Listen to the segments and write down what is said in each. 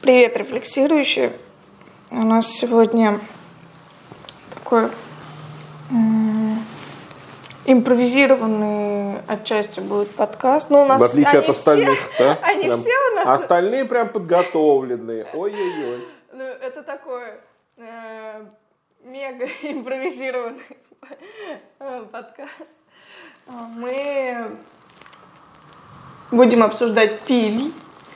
Привет, рефлексирующие. У нас сегодня такой импровизированный отчасти будет подкаст. Но у нас в отличие от остальных, да? Они прям, все у нас... Остальные прям подготовленные. Ой-ой-ой. Ну, это такой мега импровизированный подкаст. Мы будем обсуждать фильм.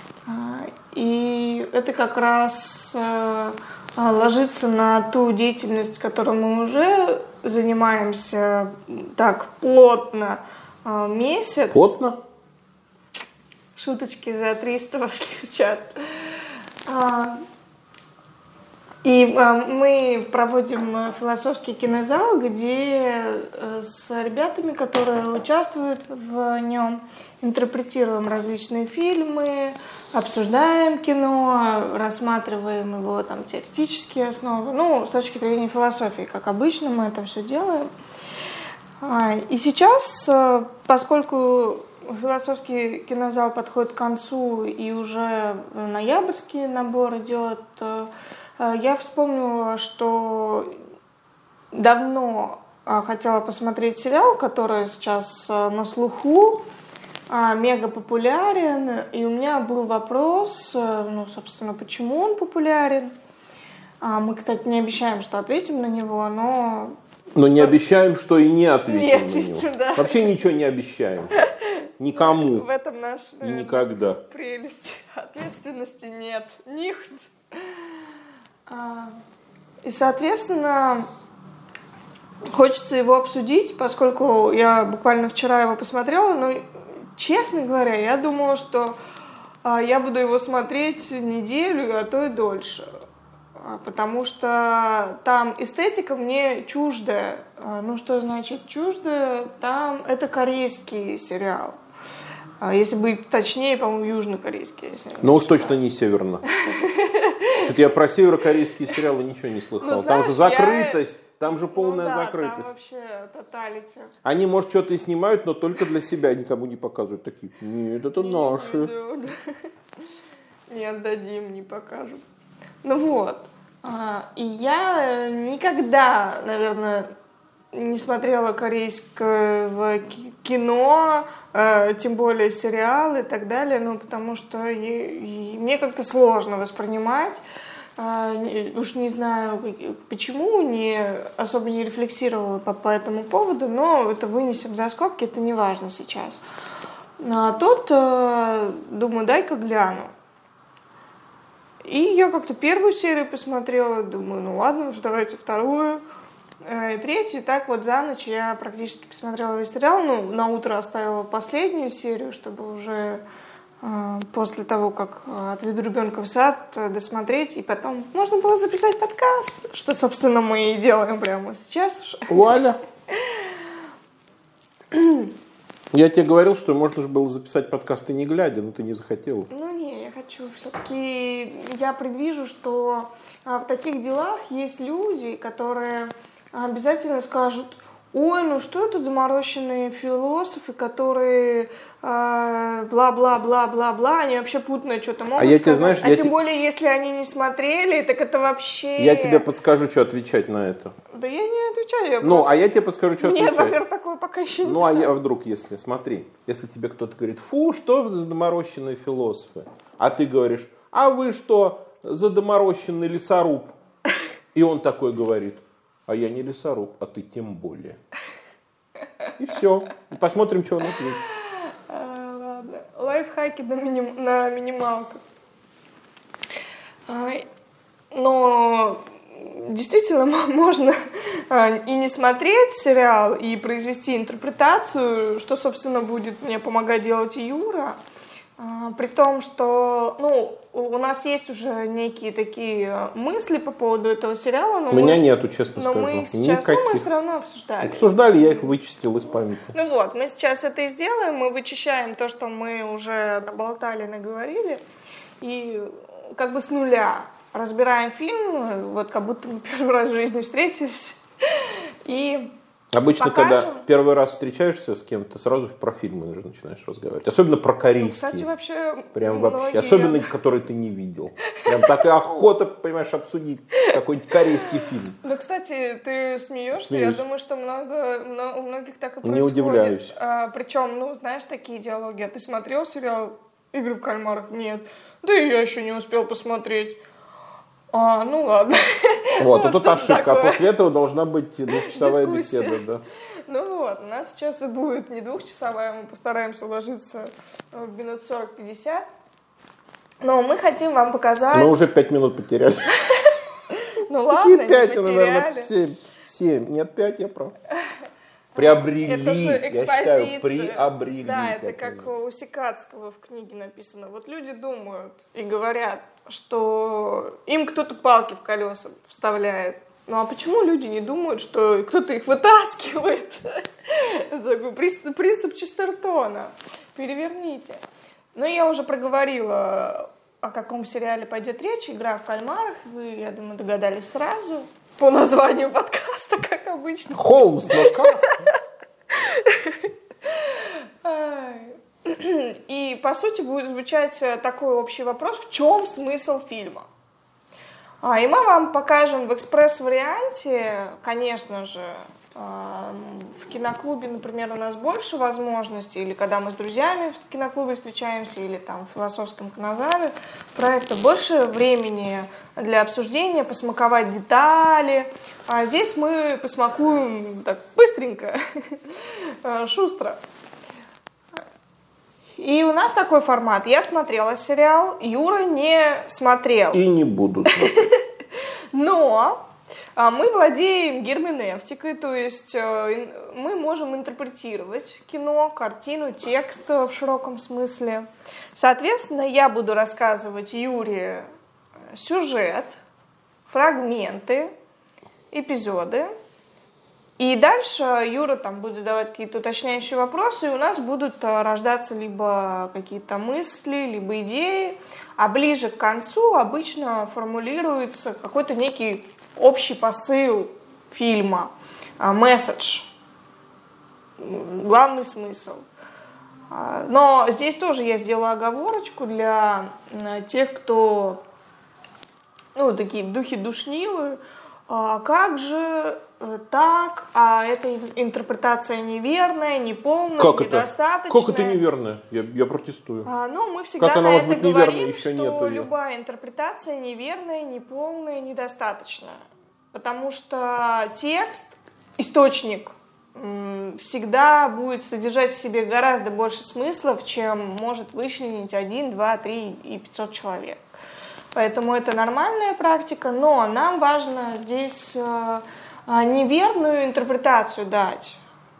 И это как раз ложится на ту деятельность, которой мы уже занимаемся так плотно месяц. Плотно? Шуточки за 300 вошли в чат. И мы проводим философский кинозал, где с ребятами, которые участвуют в нем, интерпретируем различные фильмы, обсуждаем кино, рассматриваем его там теоретические основы, с точки зрения философии, как обычно мы это все делаем. И сейчас, поскольку философский кинозал подходит к концу и уже ноябрьский набор идет, я вспомнила, что давно хотела посмотреть сериал, который сейчас на слуху, мега популярен, и у меня был вопрос, собственно, почему он популярен. Мы, кстати, не обещаем, что ответим на него, но не обещаем, что и не ответим на него. Да. Вообще ничего не обещаем. Никому. В этом наша и никогда. Прелесть. Ответственности нет. Нихть. И, соответственно, хочется его обсудить, поскольку я буквально вчера его посмотрела, но, честно говоря, я думала, что я буду его смотреть неделю, а то и дольше. Потому что там эстетика мне чуждая. Что значит чуждая? Там это корейский сериал. Если быть точнее, по-моему, южнокорейский. Уж точно не северно. Что-то я про северокорейские сериалы ничего не слыхал. Там же закрытость, там же полная закрытость. Там вообще тоталити. Они, может, что-то и снимают, но только для себя никому не показывают. Такие, нет, это наши. Не отдадим, не покажем. И я никогда, наверное, не смотрела корейского кино, тем более сериалы и так далее, потому что мне как-то сложно воспринимать. Уж не знаю почему, особо не рефлексировала по этому поводу, но это вынесем за скобки, это не важно сейчас. А тут думаю, дай-ка гляну. И я как-то первую серию посмотрела, думаю, ладно, уже давайте вторую, и третью. И так вот за ночь я практически посмотрела весь сериал, на утро оставила последнюю серию, чтобы уже после того, как отведу ребенка в сад, досмотреть, и потом можно было записать подкаст, что, собственно, мы и делаем прямо сейчас. Вуаля! Я тебе говорил, что можно же было записать подкаст и не глядя, но ты не захотела. Я хочу все-таки, я предвижу, что в таких делах есть люди, которые обязательно скажут: ой, что это замороченные философы, которые бла-бла-бла-бла-бла, они вообще путно что-то могут сказать. Тебе, знаешь, тем более, если они не смотрели, так это вообще... Я тебе подскажу, что отвечать на это. Да я не отвечаю. Я тебе подскажу, что отвечать. Нет, во-первых, такого пока еще не писала. А вдруг, если тебе кто-то говорит: фу, что за доморощенные философы? А ты говоришь: а вы что, за доморощенный лесоруб? И он такой говорит: а я не лесоруб, а ты тем более. И все. И посмотрим, что он ответит. Ладно. Лайфхаки на минималках. Но действительно можно и не смотреть сериал, и произвести интерпретацию, что, собственно, будет мне помогать делать и Юра. При том, что у нас есть уже некие такие мысли по поводу этого сериала. У меня нету, честно скажу. Мы их сейчас, мы все равно обсуждали. Обсуждали, я их вычистил из памяти. Мы сейчас это и сделаем. Мы вычищаем то, что мы уже наболтали, наговорили. И как бы с нуля разбираем фильм, как будто мы первый раз в жизни встретились. И Обычно, покажем. когда первый раз встречаешься с кем-то, сразу про фильмы уже начинаешь разговаривать. Особенно про корейские. Кстати, вообще Прям многие... вообще. Особенно, которые ты не видел. Прям такая охота, понимаешь, обсудить какой-нибудь корейский фильм. Да, кстати, ты смеешься. Смеюсь. Я думаю, что у многих так и происходит. Не удивляюсь. Причем, ну, знаешь, такие диалоги. А ты смотрел сериал «Игры в кальмарах»? Нет. Да и я еще не успел посмотреть. Ну ладно. Вот, и тут ошибка. Такое. А после этого должна быть двухчасовая Дискуссия. беседа. Да. Ну вот, у нас сейчас и будет не двухчасовая, мы постараемся уложиться в минут 40-50. Но мы хотим вам показать... Мы уже 5 минут потеряли. Ну ладно, Какие 5? не Наверное, потеряли. 7. Нет, 5, я прав. Приобрели. Это же Я считаю, экспозиция. приобрели. Да, это 5 как минут. у Сикацкого в книге написано. Вот люди думают и говорят, что им кто-то палки в колеса вставляет. Ну а почему люди не думают, что кто-то их вытаскивает? Это такой принцип Честертона. Переверните. Ну, я уже проговорила, о каком сериале пойдет речь. «Игра в кальмарах». Вы, я думаю, догадались сразу. По названию подкаста, как обычно. Холмс, но как? И, по сути, будет звучать такой общий вопрос, в чем смысл фильма? И мы вам покажем в экспресс-варианте, конечно же, в киноклубе, например, у нас больше возможностей, или когда мы с друзьями в киноклубе встречаемся, или там в философском кинозале, проекта больше времени для обсуждения, посмаковать детали. А здесь мы посмакуем так быстренько, шустро. И у нас такой формат. Я смотрела сериал, Юра не смотрел. И не буду смотреть. Но мы владеем герменевтикой, то есть мы можем интерпретировать кино, картину, текст в широком смысле. Соответственно, я буду рассказывать Юре сюжет, фрагменты, эпизоды. И дальше Юра там будет задавать какие-то уточняющие вопросы, и у нас будут рождаться либо какие-то мысли, либо идеи, а ближе к концу обычно формулируется какой-то некий общий посыл фильма, месседж, главный смысл. Но здесь тоже я сделала оговорочку для тех, кто, такие в духе душнилы. Как же так? А эта интерпретация неверная, неполная, Как недостаточная. Как это неверная? Я протестую. Мы всегда Как она на может это быть неверной? говорим, Еще что нету ее. любая интерпретация неверная, неполная, недостаточная. Потому что текст, источник, всегда будет содержать в себе гораздо больше смыслов, чем может вычленить 1, 2, 3 и 500 человек. Поэтому это нормальная практика, но нам важно здесь неверную интерпретацию дать,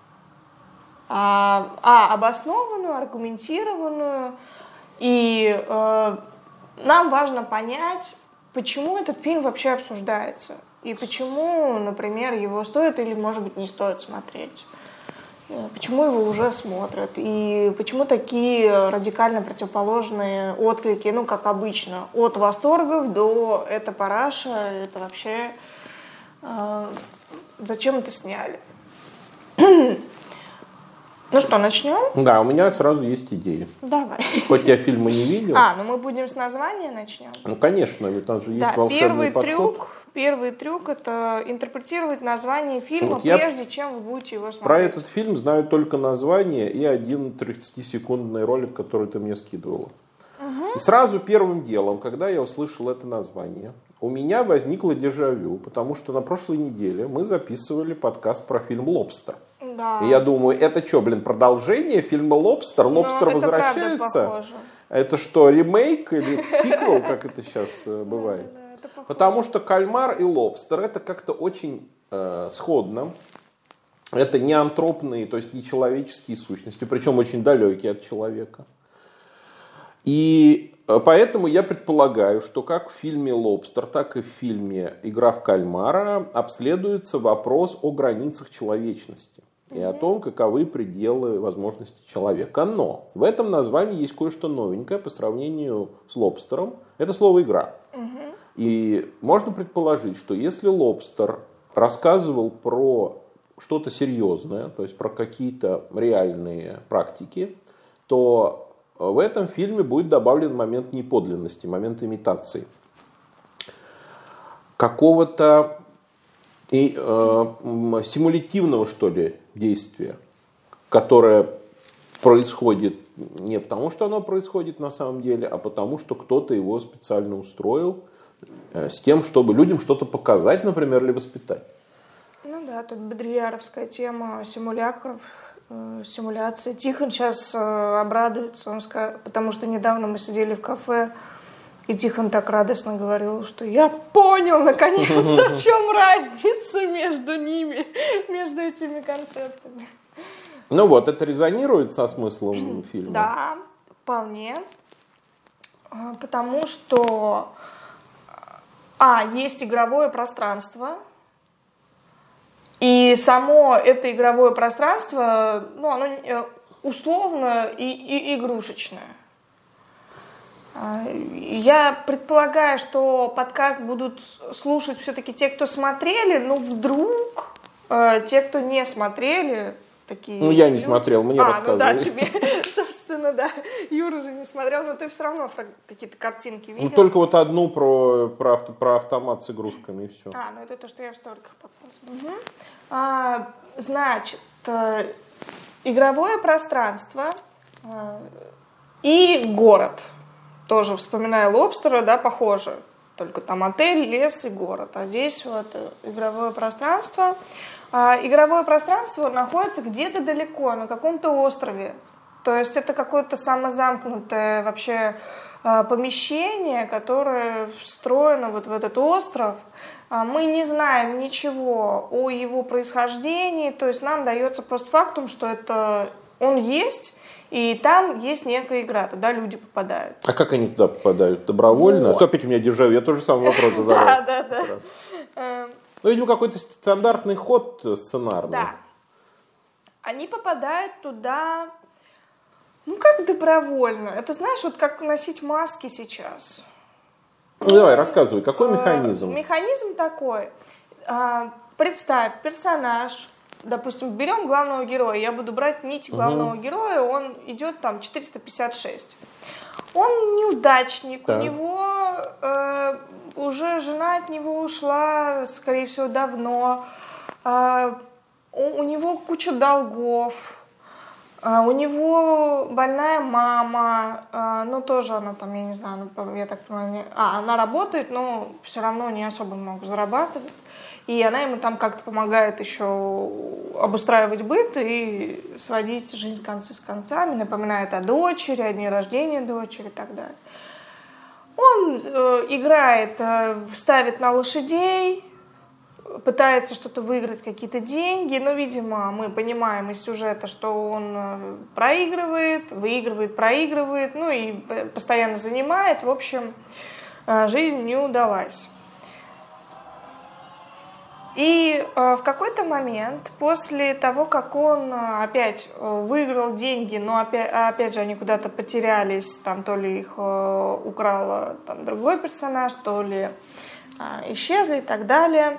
а обоснованную, аргументированную. И нам важно понять, почему этот фильм вообще обсуждается. И почему, например, его стоит или, может быть, не стоит смотреть. Почему его уже смотрят. И почему такие радикально противоположные отклики, как обычно, от восторгов до «это параша», это вообще... зачем это сняли? Ну что, начнем? Да, у меня сразу есть идеи. Давай. Хоть я фильма не видел. Мы будем с названия начнем? Конечно, ведь там же есть волшебный подход. Первый трюк – это интерпретировать название фильма, я прежде чем вы будете его смотреть. Про этот фильм знаю только название и один 30-секундный ролик, который ты мне скидывала. И сразу первым делом, когда я услышал это название, у меня возникло дежавю, потому что на прошлой неделе мы записывали подкаст про фильм «Лобстер». Да. И я думаю, это что, продолжение фильма «Лобстер»? «Лобстер» возвращается? Правда похоже. Это что, ремейк или сиквел, как это сейчас бывает? Потому что кальмар и лобстер это как-то очень сходно. Это не антропные, то есть не человеческие сущности, причем очень далекие от человека. И поэтому я предполагаю, что как в фильме «Лобстер», так и в фильме «Игра в кальмара» обследуется вопрос о границах человечности и о том, каковы пределы возможностей человека. Но в этом названии есть кое-что новенькое по сравнению с «Лобстером». Это слово «игра». И можно предположить, что если «Лобстер» рассказывал про что-то серьезное, то есть про какие-то реальные практики, то в этом фильме будет добавлен момент неподлинности, момент имитации. Какого-то симулятивного, что ли, действия, которое происходит не потому, что оно происходит на самом деле, а потому, что кто-то его специально устроил с тем, чтобы людям что-то показать, например, или воспитать. Ну да, тут бодрияровская тема симулякров, симуляции. Тихон сейчас обрадуется, он скажет, потому что недавно мы сидели в кафе, и Тихон так радостно говорил, что я понял наконец-то, в чем разница между ними, между этими концептами. Ну вот, это резонирует со смыслом фильма? Да, вполне. Потому что есть игровое пространство, и само это игровое пространство, оно условно и игрушечное. Я предполагаю, что подкаст будут слушать все-таки те, кто смотрели, но вдруг те, кто не смотрели, такие... Ну, я не смотрел, мне рассказывали. Ну да, тебе, собственно, да. Юра же не смотрел, но ты все равно какие-то картинки видел. Ну, только вот одну про автомат с игрушками, и все. Ну это то, что я в сториках показывала. Значит, игровое пространство и город. Тоже вспоминая Лобстера, да, похоже. Только там отель, лес и город. А здесь вот игровое пространство. Игровое пространство находится где-то далеко, на каком-то острове. То есть это какое-то самозамкнутое вообще помещение, которое встроено вот в этот остров. Мы не знаем ничего о его происхождении, то есть нам дается постфактум, что это он есть, и там есть некая игра, туда люди попадают. А как они туда попадают? Добровольно? Вот. Опять у меня дежавю, я тоже самый вопрос задавал. Да. Ну, видимо, какой-то стандартный ход сценарный. Да. Они попадают туда, как добровольно. Это, знаешь, вот как носить маски сейчас. Ну, давай, рассказывай, какой механизм? Механизм такой. Представь, персонаж, допустим, берем главного героя, я буду брать нить главного героя, он идет там 456. Он неудачник, так. У него уже жена от него ушла, скорее всего, давно, у него куча долгов, у него больная мама, тоже она там, я не знаю, я так понимаю, она работает, но все равно не особо много зарабатывает. И она ему там как-то помогает еще обустраивать быт и сводить жизнь концы с концами, напоминает о дочери, о дне рождения дочери и так далее. Он играет, ставит на лошадей, пытается что-то выиграть, какие-то деньги, но, видимо, мы понимаем из сюжета, что он проигрывает, выигрывает, проигрывает, и постоянно занимает. В общем, жизнь не удалась. И в какой-то момент, после того, как он опять выиграл деньги, но опять же они куда-то потерялись, там то ли их украл там другой персонаж, то ли исчезли и так далее,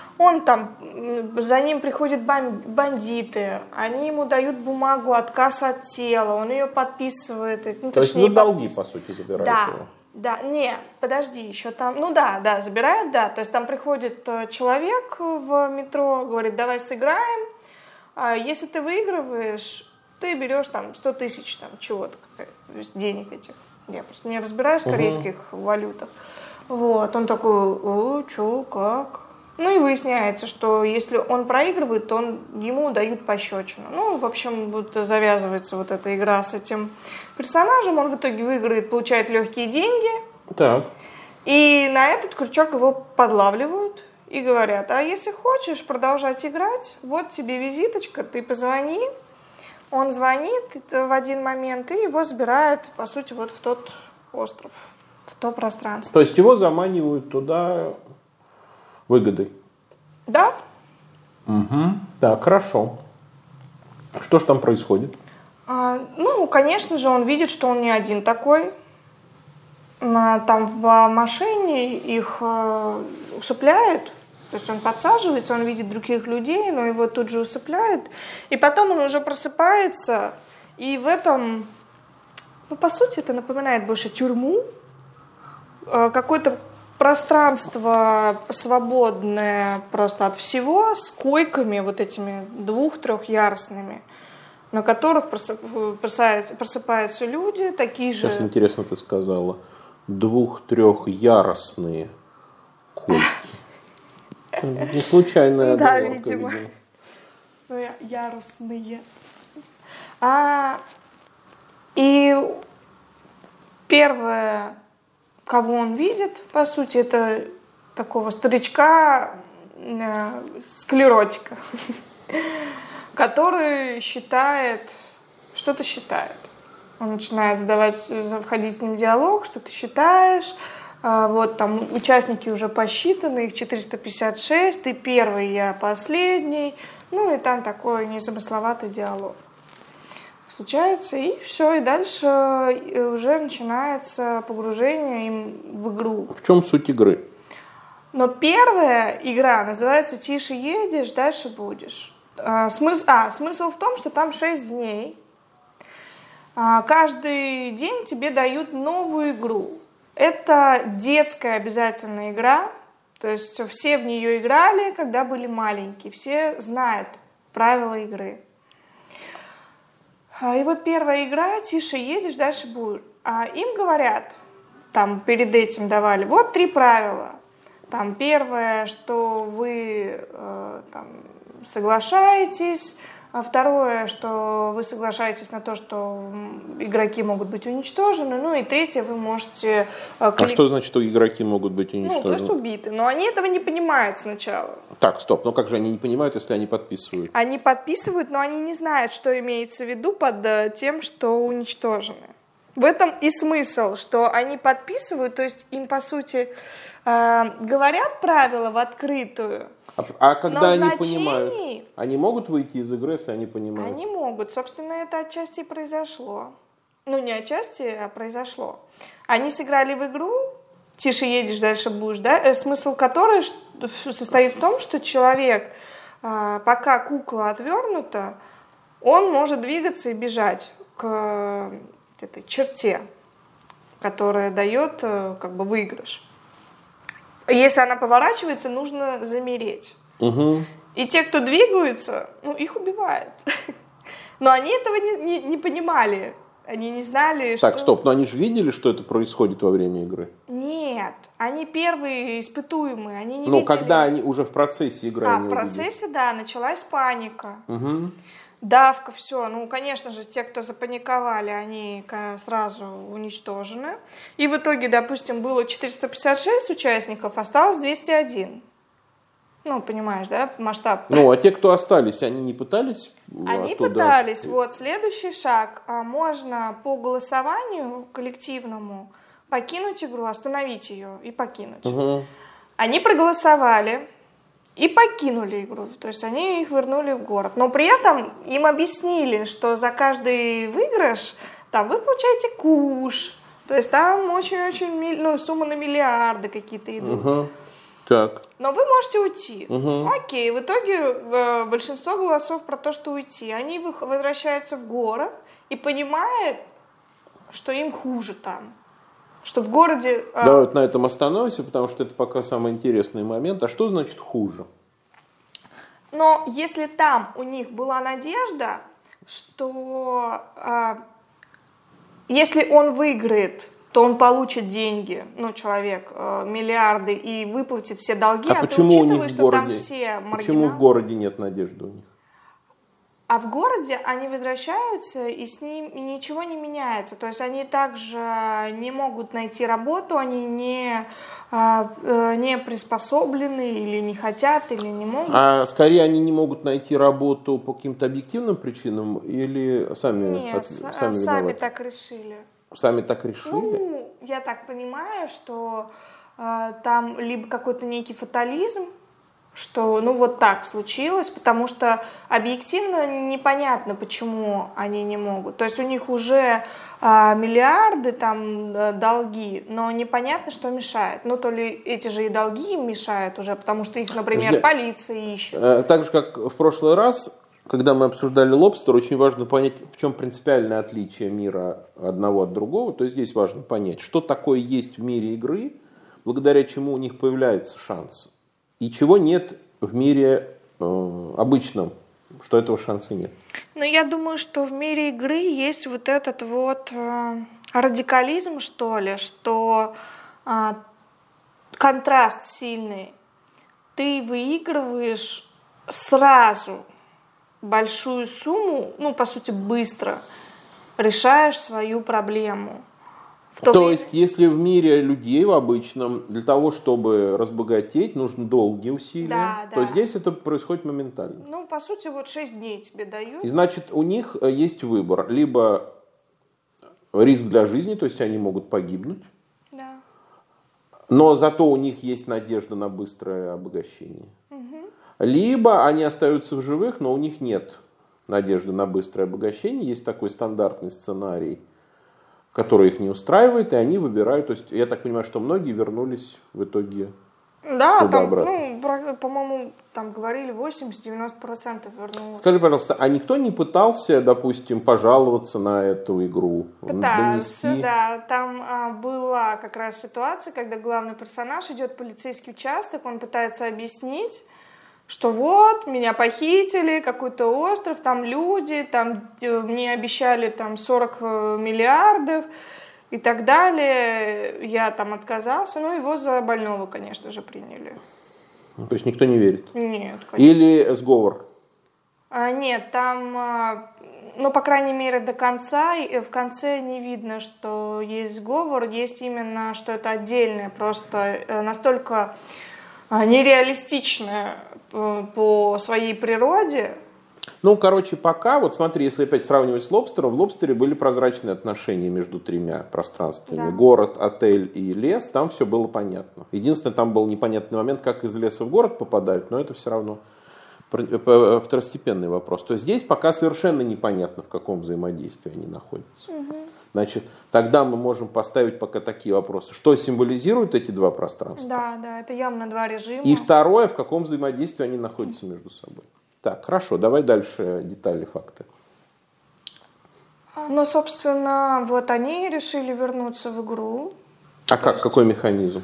за ним приходят бандиты, они ему дают бумагу, отказ от тела, он ее подписывает. То есть за долги, по сути, забирают его. Да, подожди, еще там, забирают, да, то есть там приходит человек в метро, говорит, давай сыграем, если ты выигрываешь, ты берешь там 100 тысяч там чего-то, денег этих, я просто не разбираюсь в корейских валютах, вот, он такой, что, как? И выясняется, что если он проигрывает, то ему дают пощечину. В общем, завязывается вот эта игра с этим персонажем. Он в итоге выиграет, получает легкие деньги. Так. И на этот крючок его подлавливают и говорят, а если хочешь продолжать играть, вот тебе визиточка, ты позвони. Он звонит в один момент, и его забирают, по сути, вот в тот остров, в то пространство. То есть его заманивают туда... выгодой. Да. Так, хорошо. Что ж там происходит? Конечно же, он видит, что он не один такой. Там в машине их усыпляют, То есть он подсаживается, он видит других людей, но его тут же усыпляет. И потом он уже просыпается, и в этом, ну, по сути, это напоминает больше тюрьму, какое-то пространство свободное просто от всего, с койками вот этими 2-3-ярусными, на которых просыпаются люди, такие же... Сейчас интересно ты сказала. 2-3-ярусные койки. Не случайная да, оговорка, видимо. видимо. Ну, ярусные. И первое, кого он видит, по сути, это такого старичка, склеротика, который что-то считает. Он начинает входить с ним в диалог, что ты считаешь. Вот там участники уже посчитаны, их 456, ты первый, я последний. Ну и там такой незамысловатый диалог случается, и все, и дальше уже начинается погружение им в игру. В чем суть игры? Но первая игра называется «Тише едешь, дальше будешь». Смысл в том, что там 6 дней. Каждый день тебе дают новую игру. Это детская обязательная игра, то есть все в нее играли, когда были маленькие, все знают правила игры. И вот первая игра «Тише едешь, дальше будешь». Им говорят, там перед этим давали, вот 3 правила. Там первое, что вы соглашаетесь. Второе, что вы соглашаетесь на то, что игроки могут быть уничтожены. Ну и третье, вы можете... А что значит, что игроки могут быть уничтожены? Ну, то есть убиты. Но они этого не понимают сначала. Так, стоп. Ну как же они не понимают, если они подписывают? Они подписывают, но они не знают, что имеется в виду под тем, что уничтожены. В этом и смысл, что они подписывают, то есть им, по сути, говорят правила в открытую. А когда они значений... понимают, они могут выйти из игры, если они понимают? Они могут. Собственно, это отчасти и произошло. Ну, не отчасти, а произошло. Они сыграли в игру «Тише едешь, дальше будешь», да? Смысл которой состоит в том, что человек, пока кукла отвернута, он может двигаться и бежать к этой черте, которая дает как бы выигрыш. Если она поворачивается, нужно замереть. Угу. И те, кто двигаются, ну, их убивают. Но они этого не понимали. Они не знали, что... Так, стоп, но они же видели, что это происходит во время игры? Нет, они первые испытуемые, они не Ну, видели. когда они уже в процессе игры в они процессе, увидели. да, началась паника. Угу. Давка, все. Ну, конечно же, те, кто запаниковали, они сразу уничтожены. И в итоге, допустим, было 456 участников, осталось 201. Ну, понимаешь, да, масштаб. Ну, а те, кто остались, они не пытались Они оттуда... пытались. Вот, следующий шаг. Можно по голосованию коллективному покинуть игру, остановить ее и покинуть. Угу. Они проголосовали и покинули игру. То есть они их вернули в город. Но при этом им объяснили, что за каждый выигрыш там вы получаете куш. То есть там очень-очень суммы на миллиарды какие-то идут. Угу. Так. Но вы можете уйти. Угу. Окей, в итоге большинство голосов про то, что уйти. Они возвращаются в город и понимают, что им хуже там. Что в городе... Давай вот на этом остановимся, потому что это пока самый интересный момент. А что значит хуже? Но если там у них была надежда, что если он выиграет, то он получит деньги, ну, человек, миллиарды, и выплатит все долги. А почему у них в что городе, там все маргиналы. Почему в городе нет надежды у них? А в городе они возвращаются, и с ним ничего не меняется. То есть они также не могут найти работу, они не приспособлены, или не хотят, или не могут. А скорее они не могут найти работу по каким-то объективным причинам, или сами, Нет, сами сами так решили. Сами так решили? Ну, я так понимаю, что там либо какой-то некий фатализм, что ну вот так случилось, потому что объективно непонятно, почему они не могут. То есть у них уже миллиарды там долги, но непонятно, что мешает. Ну то ли эти же и долги им мешают уже, потому что их, например, полиция ищет. Так же, как в прошлый раз, когда мы обсуждали лобстер, очень важно понять, в чем принципиальное отличие мира одного от другого. То есть здесь важно понять, что такое есть в мире игры, благодаря чему у них появляется шанс. И чего нет в мире обычном, что этого шанса нет. Ну, я думаю, что в мире игры есть вот этот вот радикализм, что ли, что контраст сильный. Ты выигрываешь сразу большую сумму, ну, по сути, быстро решаешь свою проблему. То есть, если в мире людей в обычном для того, чтобы разбогатеть, нужны долгие усилия, то здесь это происходит моментально. Ну, по сути, вот 6 дней тебе дают. И значит, у них есть выбор. Либо риск для жизни, то есть они могут погибнуть, но зато у них есть надежда на быстрое обогащение. Либо они остаются в живых, но у них нет надежды на быстрое обогащение. Есть такой стандартный сценарий, который их не устраивает, и они выбирают. То есть я так понимаю, что многие вернулись в итоге. Да, там, ну, по-моему, там говорили 80-90% вернулось. Скажи, пожалуйста, а никто не пытался, допустим, пожаловаться на эту игру? Пытался, да. Там была как раз ситуация, когда главный персонаж идет в полицейский участок, он пытается объяснить, что вот, меня похитили, какой-то остров, там люди, там мне обещали там 40 миллиардов и так далее. Я там отказался, ну его за больного, конечно же, приняли. То есть никто не верит? Нет, конечно. Или сговор? Нет, там, ну, по крайней мере, до конца, и в конце не видно, что есть сговор, есть именно, что это отдельное, просто настолько нереалистичное по своей природе. Ну, короче, пока, вот смотри, если опять сравнивать с лобстером, в лобстере были прозрачные отношения между тремя пространствами. Да. Город, отель и лес, там все было понятно. Единственное, там был непонятный момент, как из леса в город попадают, но это все равно второстепенный вопрос. То есть здесь пока совершенно непонятно, в каком взаимодействии они находятся. Угу. Значит, тогда мы можем поставить пока такие вопросы. Что символизируют эти два пространства? Да, это явно два режима. И второе, в каком взаимодействии они находятся между собой. Так, хорошо, давай дальше детали, факты. Ну, собственно, вот они решили вернуться в игру. А как? Какой механизм?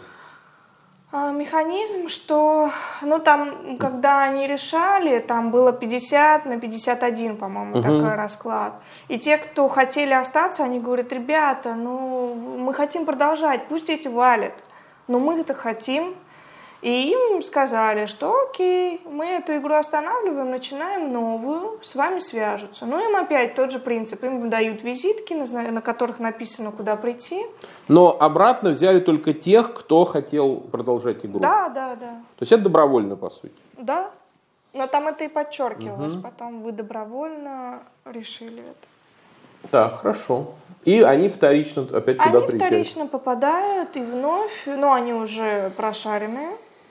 Механизм, что, ну, там, когда они решали, там было 50/51, по-моему, такой расклад. И те, кто хотели остаться, они говорят: ребята, ну, мы хотим продолжать, пусть эти валят, но мы-то хотим. И им сказали, что окей, мы эту игру останавливаем, начинаем новую, с вами свяжутся. Ну, им опять тот же принцип. Им выдают визитки, на которых написано, куда прийти. Но обратно взяли только тех, кто хотел продолжать игру. Да. То есть это добровольно, по сути. Да, но там это и подчеркивалось. Потом вы добровольно решили это. Так, хорошо. И они вторично опять туда приезжают. Они вторично попадают и вновь, ну, они уже прошаренные.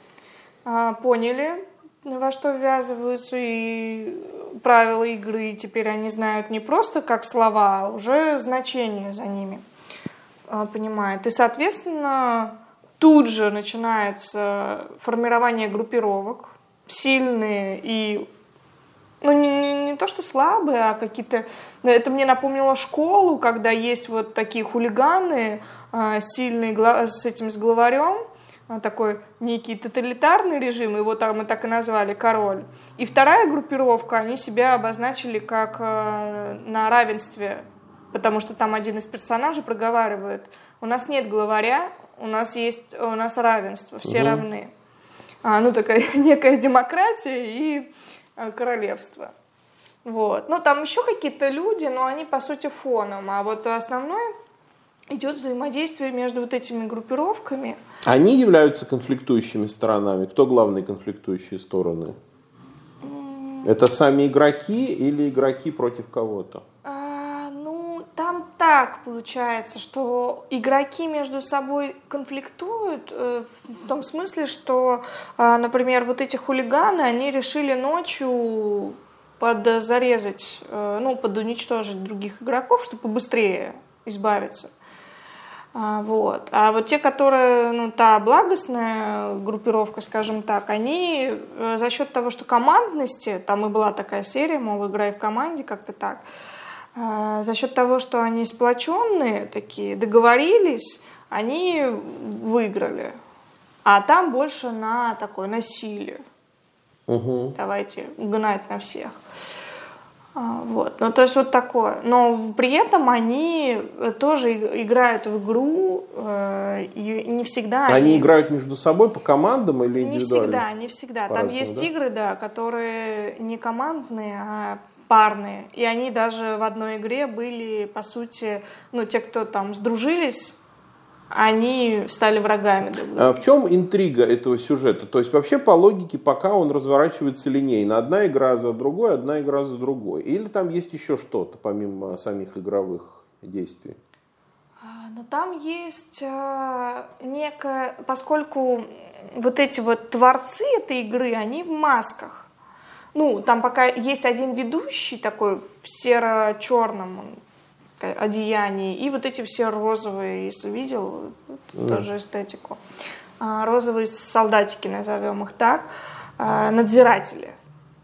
Поняли, во что ввязываются, и правила игры теперь они знают не просто как слова, а уже значение за ними понимают. И, соответственно, тут же начинается формирование группировок, сильные и, ну, не то что слабые, а какие-то... Это мне напомнило школу, когда есть вот такие хулиганы, сильные с главарем, такой некий тоталитарный режим, его там мы так и назвали, король. И вторая группировка, они себя обозначили как на равенстве, потому что там один из персонажей проговаривает: у нас нет главаря, у нас равенство, все равны. Ну, такая некая демократия и королевство. Вот. Ну, там еще какие-то люди, но они, по сути, фоном. А вот основное идет взаимодействие между вот этими группировками. Они являются конфликтующими сторонами. Кто главные конфликтующие стороны? Это сами игроки или игроки против кого-то? Ну, там так получается, что игроки между собой конфликтуют в том смысле, что, например, вот эти хулиганы, они решили ночью подзарезать, подуничтожить других игроков, чтобы побыстрее избавиться. Вот. А вот те, которые, та благостная группировка, скажем так, они за счет того, что командности, там и была такая серия, мол, играй в команде, как-то так, за счет того, что они сплоченные такие, договорились, они выиграли. А там больше на такое насилие. Угу. Давайте гнать на всех. Вот. То есть вот такое. Но при этом они тоже играют в игру, и не всегда... Они играют между собой по командам или индивидуально? Не всегда. Там есть игры, которые не командные, а парные. И они даже в одной игре были, по сути, те, кто там сдружились, они стали врагами друг друга. А в чем интрига этого сюжета? То есть вообще по логике пока он разворачивается линейно. Одна игра за другой, одна игра за другой. Или там есть еще что-то помимо самих игровых действий? Но там есть некое... Поскольку вот эти вот творцы этой игры, они в масках. Там пока есть один ведущий такой в серо-черном одеянии, и вот эти все розовые, если видел, тоже эстетику. Розовые солдатики, назовем их так, надзиратели.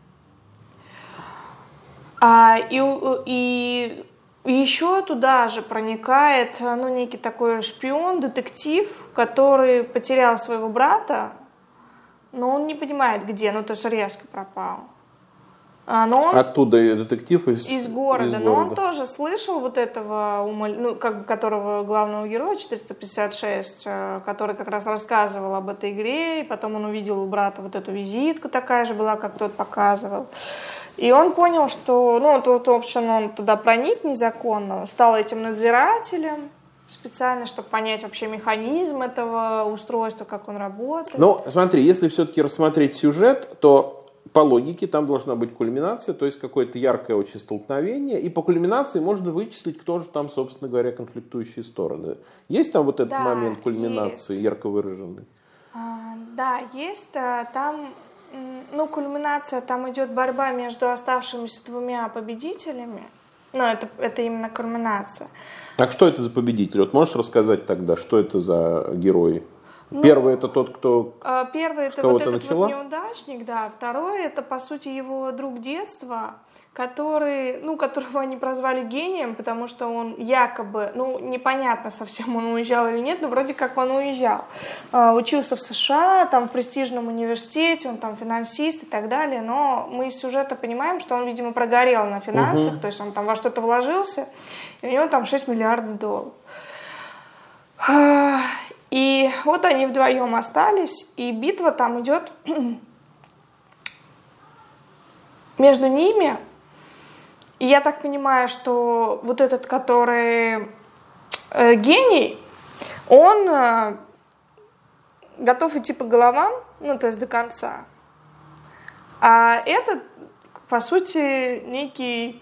И еще туда же проникает некий такой шпион, детектив, который потерял своего брата, но он не понимает где, то есть резко пропал. Оттуда детектив из города. Но он тоже слышал вот этого, которого главного героя 456, который как раз рассказывал об этой игре, и потом он увидел у брата вот эту визитку, такая же была, как тот показывал. И он понял, что, в общем, он туда проник незаконно, стал этим надзирателем специально, чтобы понять вообще механизм этого устройства, как он работает. Смотри, если все-таки рассмотреть сюжет, то по логике там должна быть кульминация, то есть какое-то яркое очень столкновение, и по кульминации можно вычислить, кто же там, собственно говоря, конфликтующие стороны. Есть там вот этот момент кульминации есть. Ярко выраженный? Да, есть. Там, кульминация, там идет борьба между оставшимися двумя победителями. Это именно кульминация. Так что это за победитель? Вот можешь рассказать тогда, что это за герои? Первый это тот, кто Первый это вот этот вот неудачник, да. Второй это, по сути, его друг детства, которого они прозвали гением, потому что он якобы, непонятно совсем, он уезжал или нет, но вроде как он уезжал. Учился в США, там в престижном университете, он там финансист и так далее, но мы из сюжета понимаем, что он, видимо, прогорел на финансах, то есть он там во что-то вложился, и у него там $6 миллиардов. И вот они вдвоем остались, и битва там идет между ними. И я так понимаю, что вот этот, который гений, он готов идти по головам, то есть до конца. А этот, по сути, некий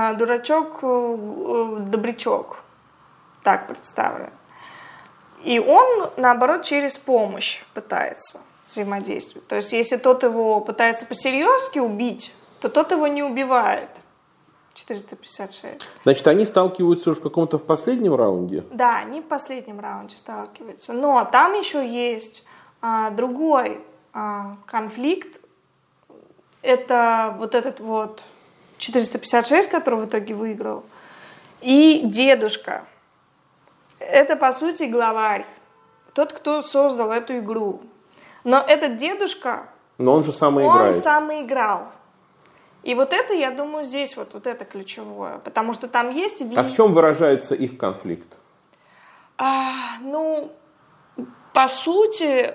дурачок-добрячок, так представлен. И он, наоборот, через помощь пытается взаимодействовать. То есть, если тот его пытается посерьезки убить, то тот его не убивает. 456. Значит, они сталкиваются уже в последнем раунде? Да, они в последнем раунде сталкиваются. Но там еще есть другой конфликт. Это вот этот вот 456, который в итоге выиграл, и дедушка. Это, по сути, главарь. Тот, кто создал эту игру. Но этот дедушка... Но он же сам и играет. Он сам и играл. И вот это, я думаю, здесь вот это ключевое. Потому что там есть... А в чем выражается их конфликт? По сути,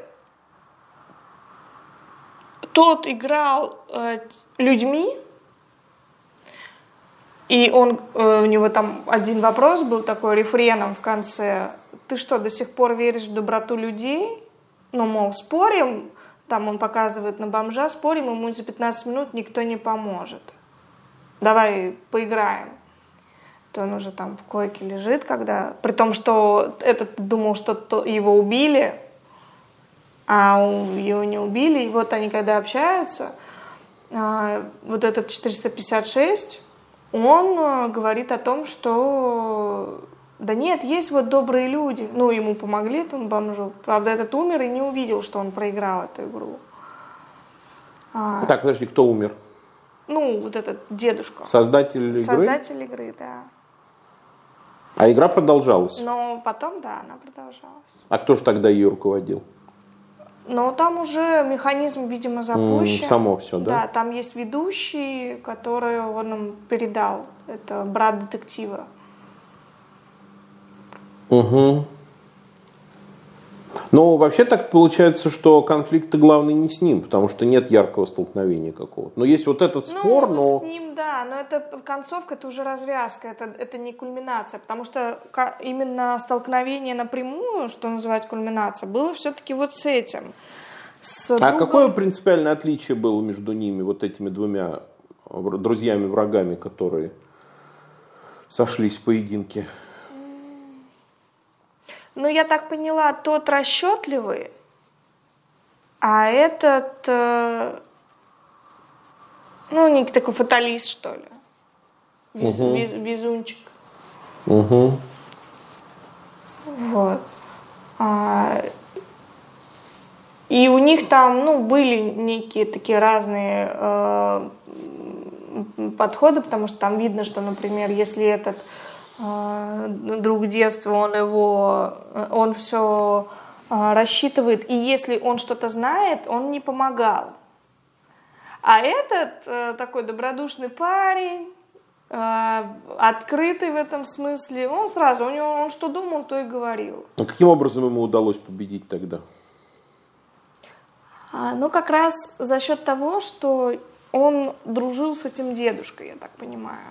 тот играл людьми, и у него там один вопрос был такой рефреном в конце. Ты что, до сих пор веришь в доброту людей? Мол, спорим, там он показывает на бомжа, спорим, ему за 15 минут никто не поможет. Давай поиграем. он уже там в койке лежит, когда... При том, что этот думал, что его убили, а его не убили. И вот они когда общаются, вот этот 456, он говорит о том, что да нет, есть вот добрые люди. Ну, ему помогли, этому бомжу. Правда, этот умер и не увидел, что он проиграл эту игру. Так, подожди, кто умер? Ну, вот этот дедушка. Создатель игры? Создатель игры, да. А игра продолжалась? Но потом, да, она продолжалась. А кто же тогда ее руководил? Но там уже механизм, видимо, запущен. Само все, да? Да, там есть ведущий, который он им передал. Это брат детектива. Угу. Ну, вообще так получается, что конфликт главный не с ним, потому что нет яркого столкновения какого-то. Но есть вот этот спор, но... с ним, да, но это концовка, это уже развязка, это не кульминация, потому что именно столкновение напрямую, что называть кульминацией, было все-таки вот с этим. А какое принципиальное отличие было между ними, вот этими двумя друзьями-врагами, которые сошлись в поединке? Ну, я так поняла, тот расчетливый, а этот, ну, не такой фаталист, что ли. Везунчик. Угу. Вот. И у них там, ну, были некие такие разные подходы, потому что там видно, что, например, если этот друг детства, он все рассчитывает, и если он что-то знает, он не помогал. А этот такой добродушный парень, открытый в этом смысле, он сразу, он что думал, то и говорил. А каким образом ему удалось победить тогда? Ну, как раз за счет того, что он дружил с этим дедушкой, я так понимаю.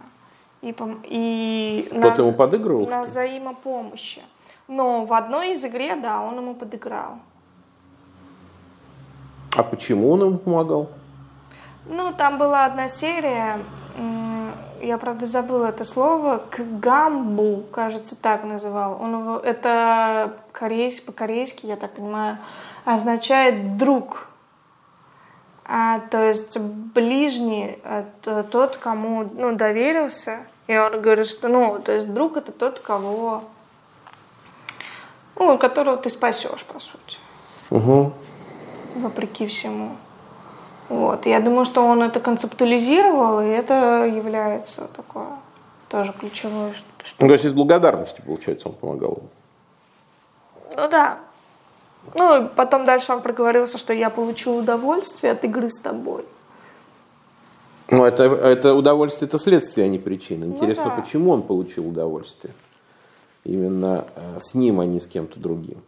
И Кто-то ему подыгрывал? На взаимопомощи. Но в одной из игре, да, он ему подыграл. А почему он ему помогал? Ну, там была одна серия, я, правда, забыла это слово, Кгамбу, кажется, так называл. Это по-корейски, я так понимаю, означает «друг». То есть ближний, тот, кому доверился. И он говорит, что то есть друг это тот, которого ты спасешь, по сути. Угу. Вопреки всему. Вот. Я думаю, что он это концептуализировал, и это является такое тоже ключевое. То есть из благодарности, получается, он помогал ему. Ну да. Ну, и потом дальше он проговорился, что я получил удовольствие от игры с тобой. Ну, это удовольствие, это следствие, а не причина. Интересно, да. Почему он получил удовольствие? Именно с ним, а не с кем-то другим.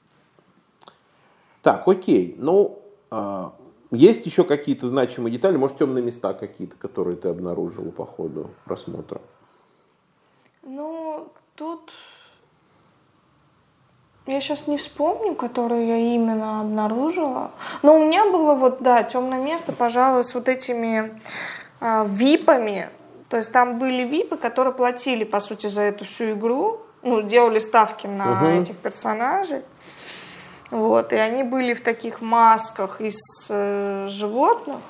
Так, окей. Ну, есть еще какие-то значимые детали? Может, темные места какие-то, которые ты обнаружила по ходу просмотра? Ну, тут... Я сейчас не вспомню, которые я именно обнаружила. Но у меня было темное место, пожалуй, с вот этими випами. То есть там были випы, которые платили, по сути, за эту всю игру. Ну, делали ставки на этих персонажей. Вот, и они были в таких масках из животных.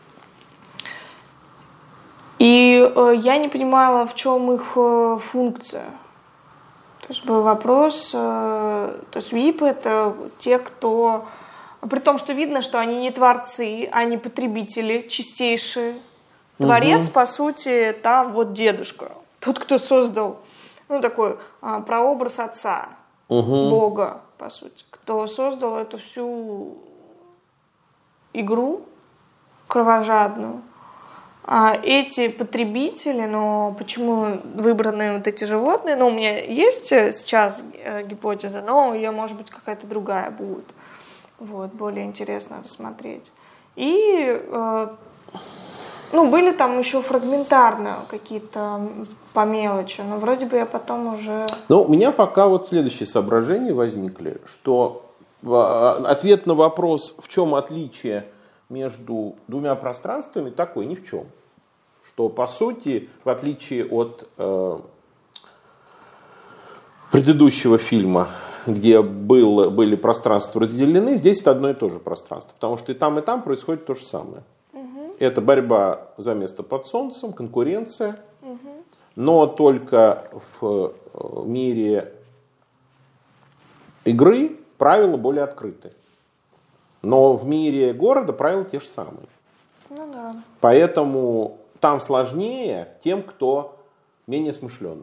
И я не понимала, в чем их функция. То есть был вопрос, то есть ВИПы это те, кто, при том, что видно, что они не творцы, они потребители чистейшие. Творец, по сути, там вот дедушка, тот, кто создал, такой прообраз отца, Бога, по сути, кто создал эту всю игру кровожадную. А эти потребители, но почему выбраны вот эти животные? У меня есть сейчас гипотеза, но ее, может быть, какая-то другая будет. Вот, более интересно рассмотреть. И, были там еще фрагментарно какие-то по мелочи, но вроде бы я потом уже... У меня пока вот следующие соображения возникли, что ответ на вопрос, в чем отличие между двумя пространствами, такой: ни в чем. Что, по сути, в отличие от предыдущего фильма, где были пространства разделены, здесь это одно и то же пространство. Потому что и там происходит то же самое. Это борьба за место под солнцем, конкуренция. Но только в мире игры правила более открыты. Но в мире города правила те же самые. Ну да. Поэтому там сложнее тем, кто менее смышленый.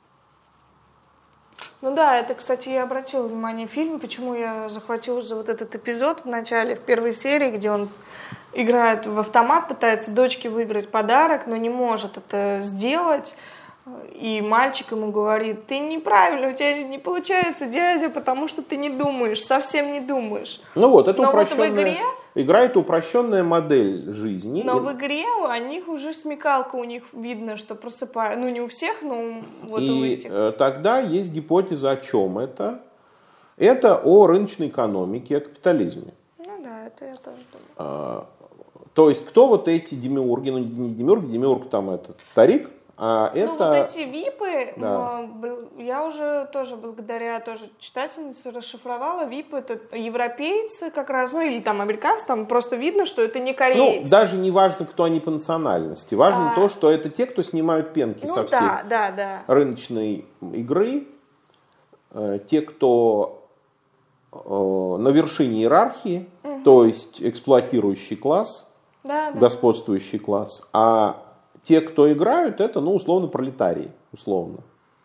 Ну да, это, кстати, я обратила внимание в фильме, почему я захватилась за вот этот эпизод в начале, в первой серии, где он играет в автомат, пытается дочке выиграть подарок, но не может это сделать. И мальчик ему говорит: ты неправильно, у тебя не получается, дядя, потому что ты не думаешь, совсем не думаешь. Ну вот, это но упрощенная... вот в игре... Игра — это упрощенная модель жизни. Но в игре у них уже смекалка, у них видно, что просыпают. Ну, не у всех, но вот у этих. И тогда есть гипотеза, о чем это. Это о рыночной экономике, о капитализме. Ну да, это я тоже думаю. То есть, кто вот эти демиурги, ну не демиург там этот старик, а это... Ну, вот эти випы, Да. я уже тоже благодаря читательнице расшифровала. Випы — это европейцы как раз, ну или там американцы, там просто видно, что это не корейцы. Ну, даже не важно, кто они по национальности. Важно то, что это те, кто снимают пенки со всей рыночной игры. Те, кто на вершине иерархии, то есть эксплуатирующий класс, господствующий класс. А те, кто играют, это, ну, условно, пролетарии. Условно.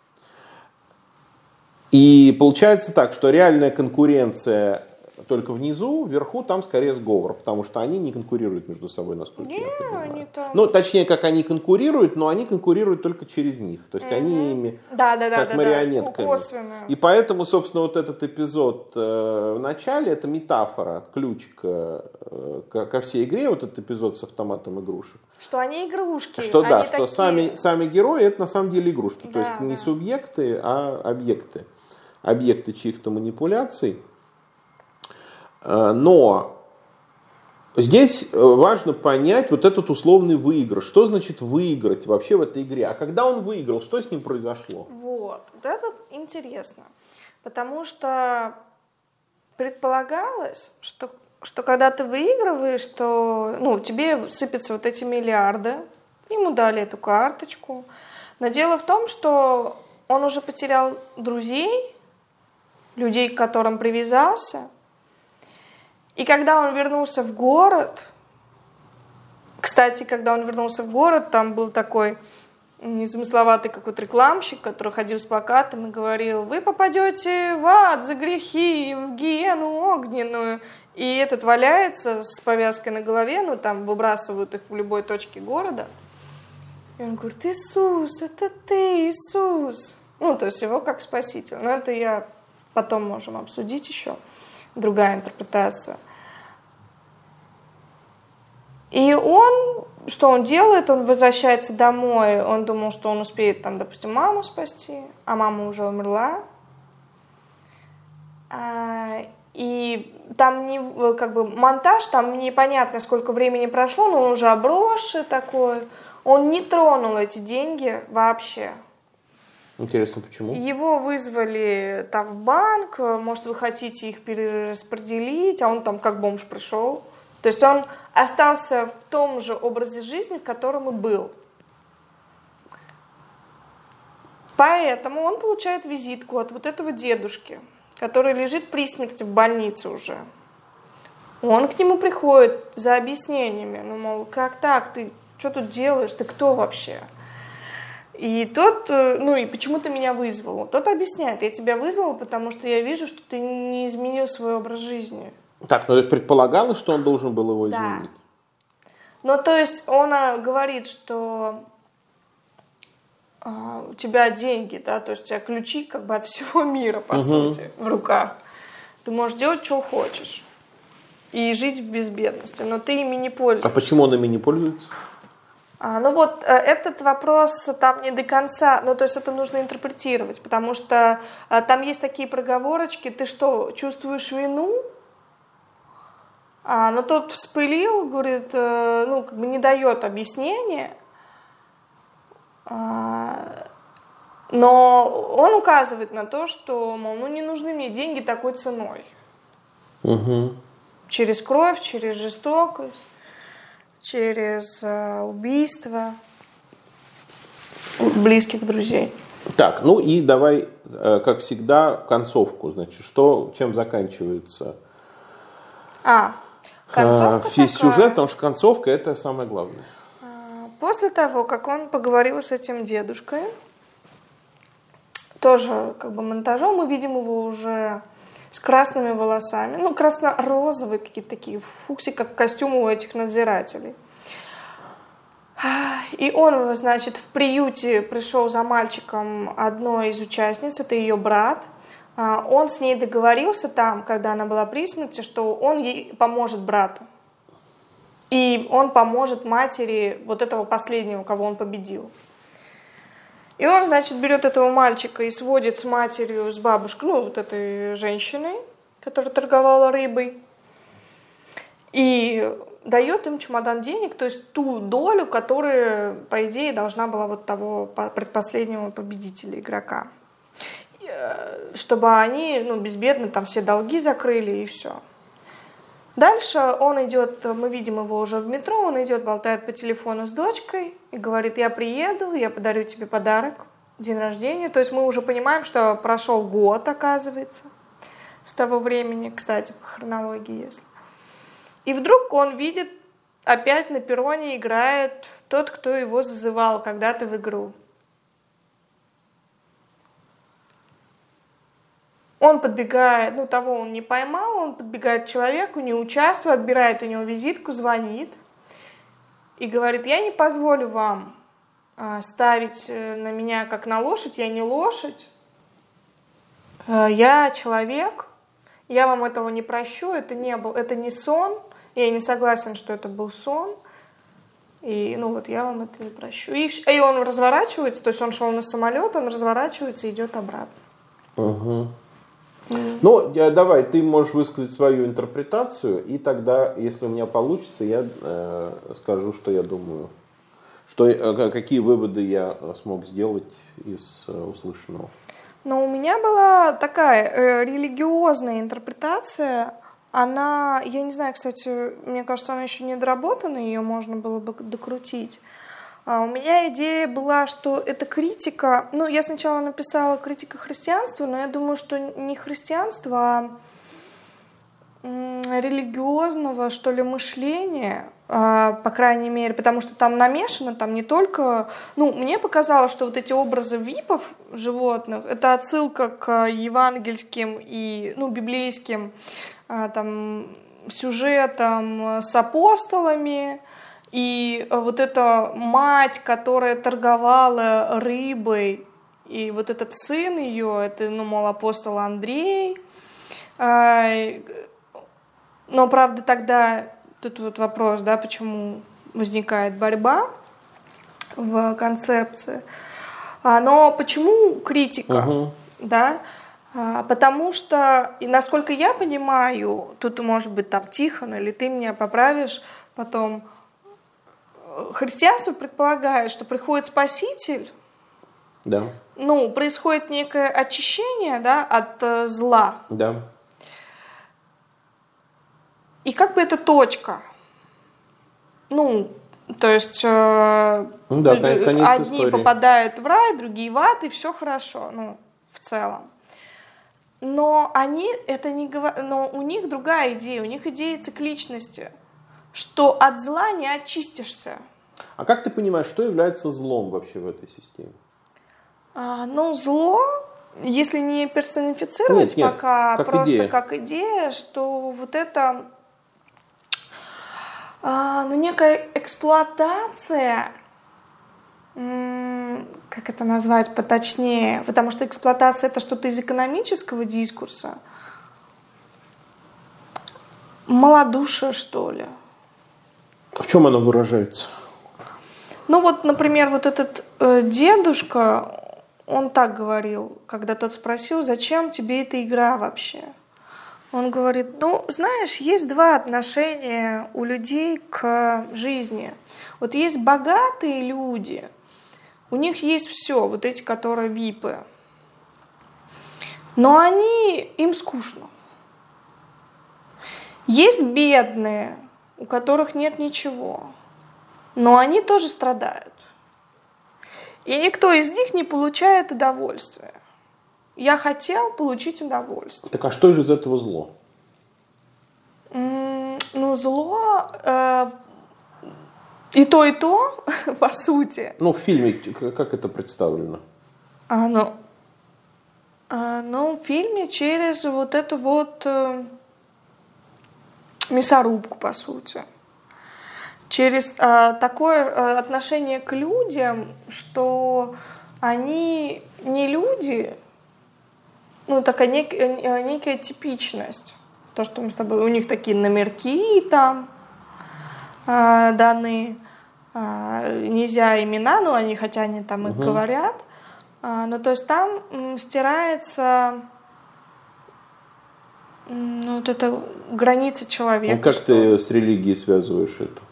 И получается так, что реальная конкуренция только внизу, вверху там скорее сговор, потому что они не конкурируют между собой, насколько я понимаю. Они там... Ну, точнее, как они конкурируют, но они конкурируют только через них. То есть они ими как марионетками. Косвенно. И поэтому, собственно, вот этот эпизод в начале, это метафора, ключ ко всей игре, вот этот эпизод с автоматом игрушек. Что они игрушки. Что они да, что такие... сами герои это на самом деле игрушки. То есть не субъекты, а объекты. Объекты чьих-то манипуляций. Но здесь важно понять вот этот условный выигрыш. Что значит выиграть вообще в этой игре? А когда он выиграл, что с ним произошло? Вот это интересно. Потому что предполагалось, что когда ты выигрываешь, то тебе сыпятся вот эти миллиарды. Ему дали эту карточку. Но дело в том, что он уже потерял друзей, людей, к которым привязался. И когда он вернулся в город, кстати, когда он вернулся в город, там был такой незамысловатый какой-то рекламщик, который ходил с плакатом и говорил: вы попадете в ад за грехи, в гиену огненную. И этот валяется с повязкой на голове, там выбрасывают их в любой точке города. И он говорит: Иисус, это ты, Иисус. То есть его как спаситель. Но это потом можем обсудить еще. Другая интерпретация. И что он делает? Он возвращается домой. Он думал, что он успеет, допустим, маму спасти, а мама уже умерла. И там монтаж, там непонятно, сколько времени прошло, но он уже обросший такой. Он не тронул эти деньги вообще. Интересно, почему? Его вызвали в банк, может, вы хотите их перераспределить, а он как бомж пришел. То есть он остался в том же образе жизни, в котором и был. Поэтому он получает визитку от вот этого дедушки, который лежит при смерти в больнице уже. Он к нему приходит за объяснениями. Мол, как так? Ты что тут делаешь? Ты кто вообще? И тот, и почему ты меня вызвал? Тот объясняет: я тебя вызвал, потому что я вижу, что ты не изменил свой образ жизни. Так, то есть предполагалось, что он должен был его изменить? Да. То есть он говорит, что у тебя деньги, то есть у тебя ключи от всего мира, по сути, в руках. Ты можешь делать, что хочешь. И жить в безбедности, но ты ими не пользуешься. А почему он ими не пользуется? Этот вопрос там не до конца, то есть это нужно интерпретировать, потому что там есть такие проговорочки: ты что, чувствуешь вину? Но тот вспылил, говорит, не дает объяснения. Но он указывает на то, что, мол, ну не нужны мне деньги такой ценой. Угу. Через кровь, через жестокость, через убийство близких друзей. Так, ну и давай, как всегда, концовку. Значит, чем заканчивается концовка весь такая. сюжет, потому что концовка это самое главное. После того, как он поговорил с этим дедушкой, тоже как бы монтажом, мы видим его уже с красными волосами, ну, красно-розовые какие-то такие фукси, как костюмы у этих надзирателей. И он, значит, в приюте пришел за мальчиком одной из участниц, это ее брат. Он с ней договорился там, когда она была при смерти, что он ей поможет брату. И он поможет матери вот этого последнего, кого он победил. И он, значит, берет этого мальчика и сводит с матерью, с бабушкой, ну, вот этой женщиной, которая торговала рыбой. И дает им чемодан денег, то есть ту долю, которая, по идее, должна была вот того предпоследнего победителя, игрока. Чтобы они, ну, безбедно там все долги закрыли и все. Дальше он идет, мы видим его уже в метро, он идет, болтает по телефону с дочкой и говорит: я приеду, я подарю тебе подарок, день рождения. То есть мы уже понимаем, что прошел год, оказывается, с того времени, кстати, по хронологии, если. И вдруг он видит, опять на перроне играет тот, кто его зазывал когда-то в игру. Он подбегает, ну, того он не поймал, он подбегает к человеку, не участвует, отбирает у него визитку, звонит и говорит: я не позволю вам ставить на меня как на лошадь, я не лошадь, я человек, я вам этого не прощу, это не сон, я не согласен, что это был сон, и, ну, вот я вам это не прощу. И он разворачивается, то есть он шел на самолет, он разворачивается и идет обратно. Угу. Ну, давай, ты можешь высказать свою интерпретацию, и тогда, если у меня получится, я скажу, что я думаю, какие выводы я смог сделать из услышанного. Но у меня была такая религиозная интерпретация, она, я не знаю, кстати, мне кажется, она еще не доработана, ее можно было бы докрутить. У меня идея была, что это критика, ну, я сначала написала критика христианства, но я думаю, что не христианства, а религиозного, что ли, мышления, по крайней мере, потому что там намешано, там не только... Ну, мне показалось, что вот эти образы випов, животных, это отсылка к евангельским и, ну, библейским там сюжетам с апостолами. И вот эта мать, которая торговала рыбой, и вот этот сын ее, это, ну, мол, апостол Андрей. Но, правда, тогда тут вот вопрос, да, почему возникает борьба в концепции. Но почему критика? Да? Потому что, и насколько я понимаю, тут, может быть, там Тихон, или ты меня поправишь потом, христианство предполагает, что приходит Спаситель, да. Ну, происходит некое очищение, да, от зла. Да. И как бы это точка. Ну, то есть ну, да, одни истории попадают в рай, другие в ад, и все хорошо, ну, в целом. Но они это не говорят, но у них другая идея, у них идея цикличности, что от зла не очистишься. А как ты понимаешь, что является злом вообще в этой системе? Ну, зло, если не персонифицировать нет, пока, как просто идея. как идея, что вот это, ну, некая эксплуатация, как это назвать поточнее, потому что эксплуатация — это что-то из экономического дискурса, малодушие, что ли. В чем оно выражается? Ну вот, например, вот этот дедушка, он так говорил, когда тот спросил: зачем тебе эта игра вообще? Он говорит: ну, знаешь, есть два отношения у людей к жизни. Вот есть богатые люди, У них есть все, вот эти, которые випы. Но им скучно. Есть бедные, у которых нет ничего, но они тоже страдают. И никто из них не получает удовольствия. Я хотел получить удовольствие. Так а что же из этого зло? Ну, зло и то, по сути. Ну, в фильме как это представлено? Ну, в фильме через вот эту вот мясорубку, по сути. Через такое отношение к людям, что они не люди, ну, такая некая типичность. То, что мы с тобой, у них такие номерки там даны, нельзя имена, но хотя они там их говорят. Ну, то есть там стирается вот эта граница человека. Ну, как ты с религией связываешь это?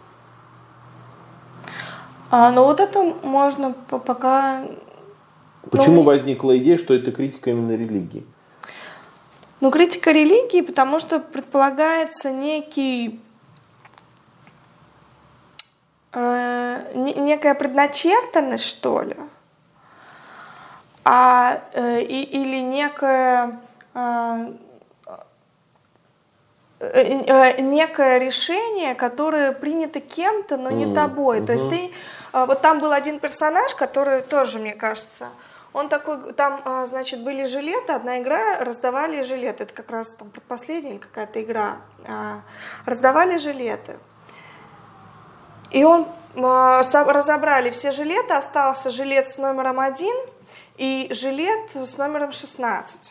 Ну, вот это можно пока... Почему возникла идея, что это критика именно религии? Ну, критика религии, потому что предполагается некая предначертанность, что ли, или некое решение, которое принято кем-то, но не тобой. То есть вот там был один персонаж, который тоже, мне кажется, он такой, там, значит, были жилеты, одна игра, раздавали жилеты, это как раз там предпоследняя или какая-то игра, раздавали жилеты. И разобрали все жилеты, остался жилет с номером 1 и жилет с номером 16.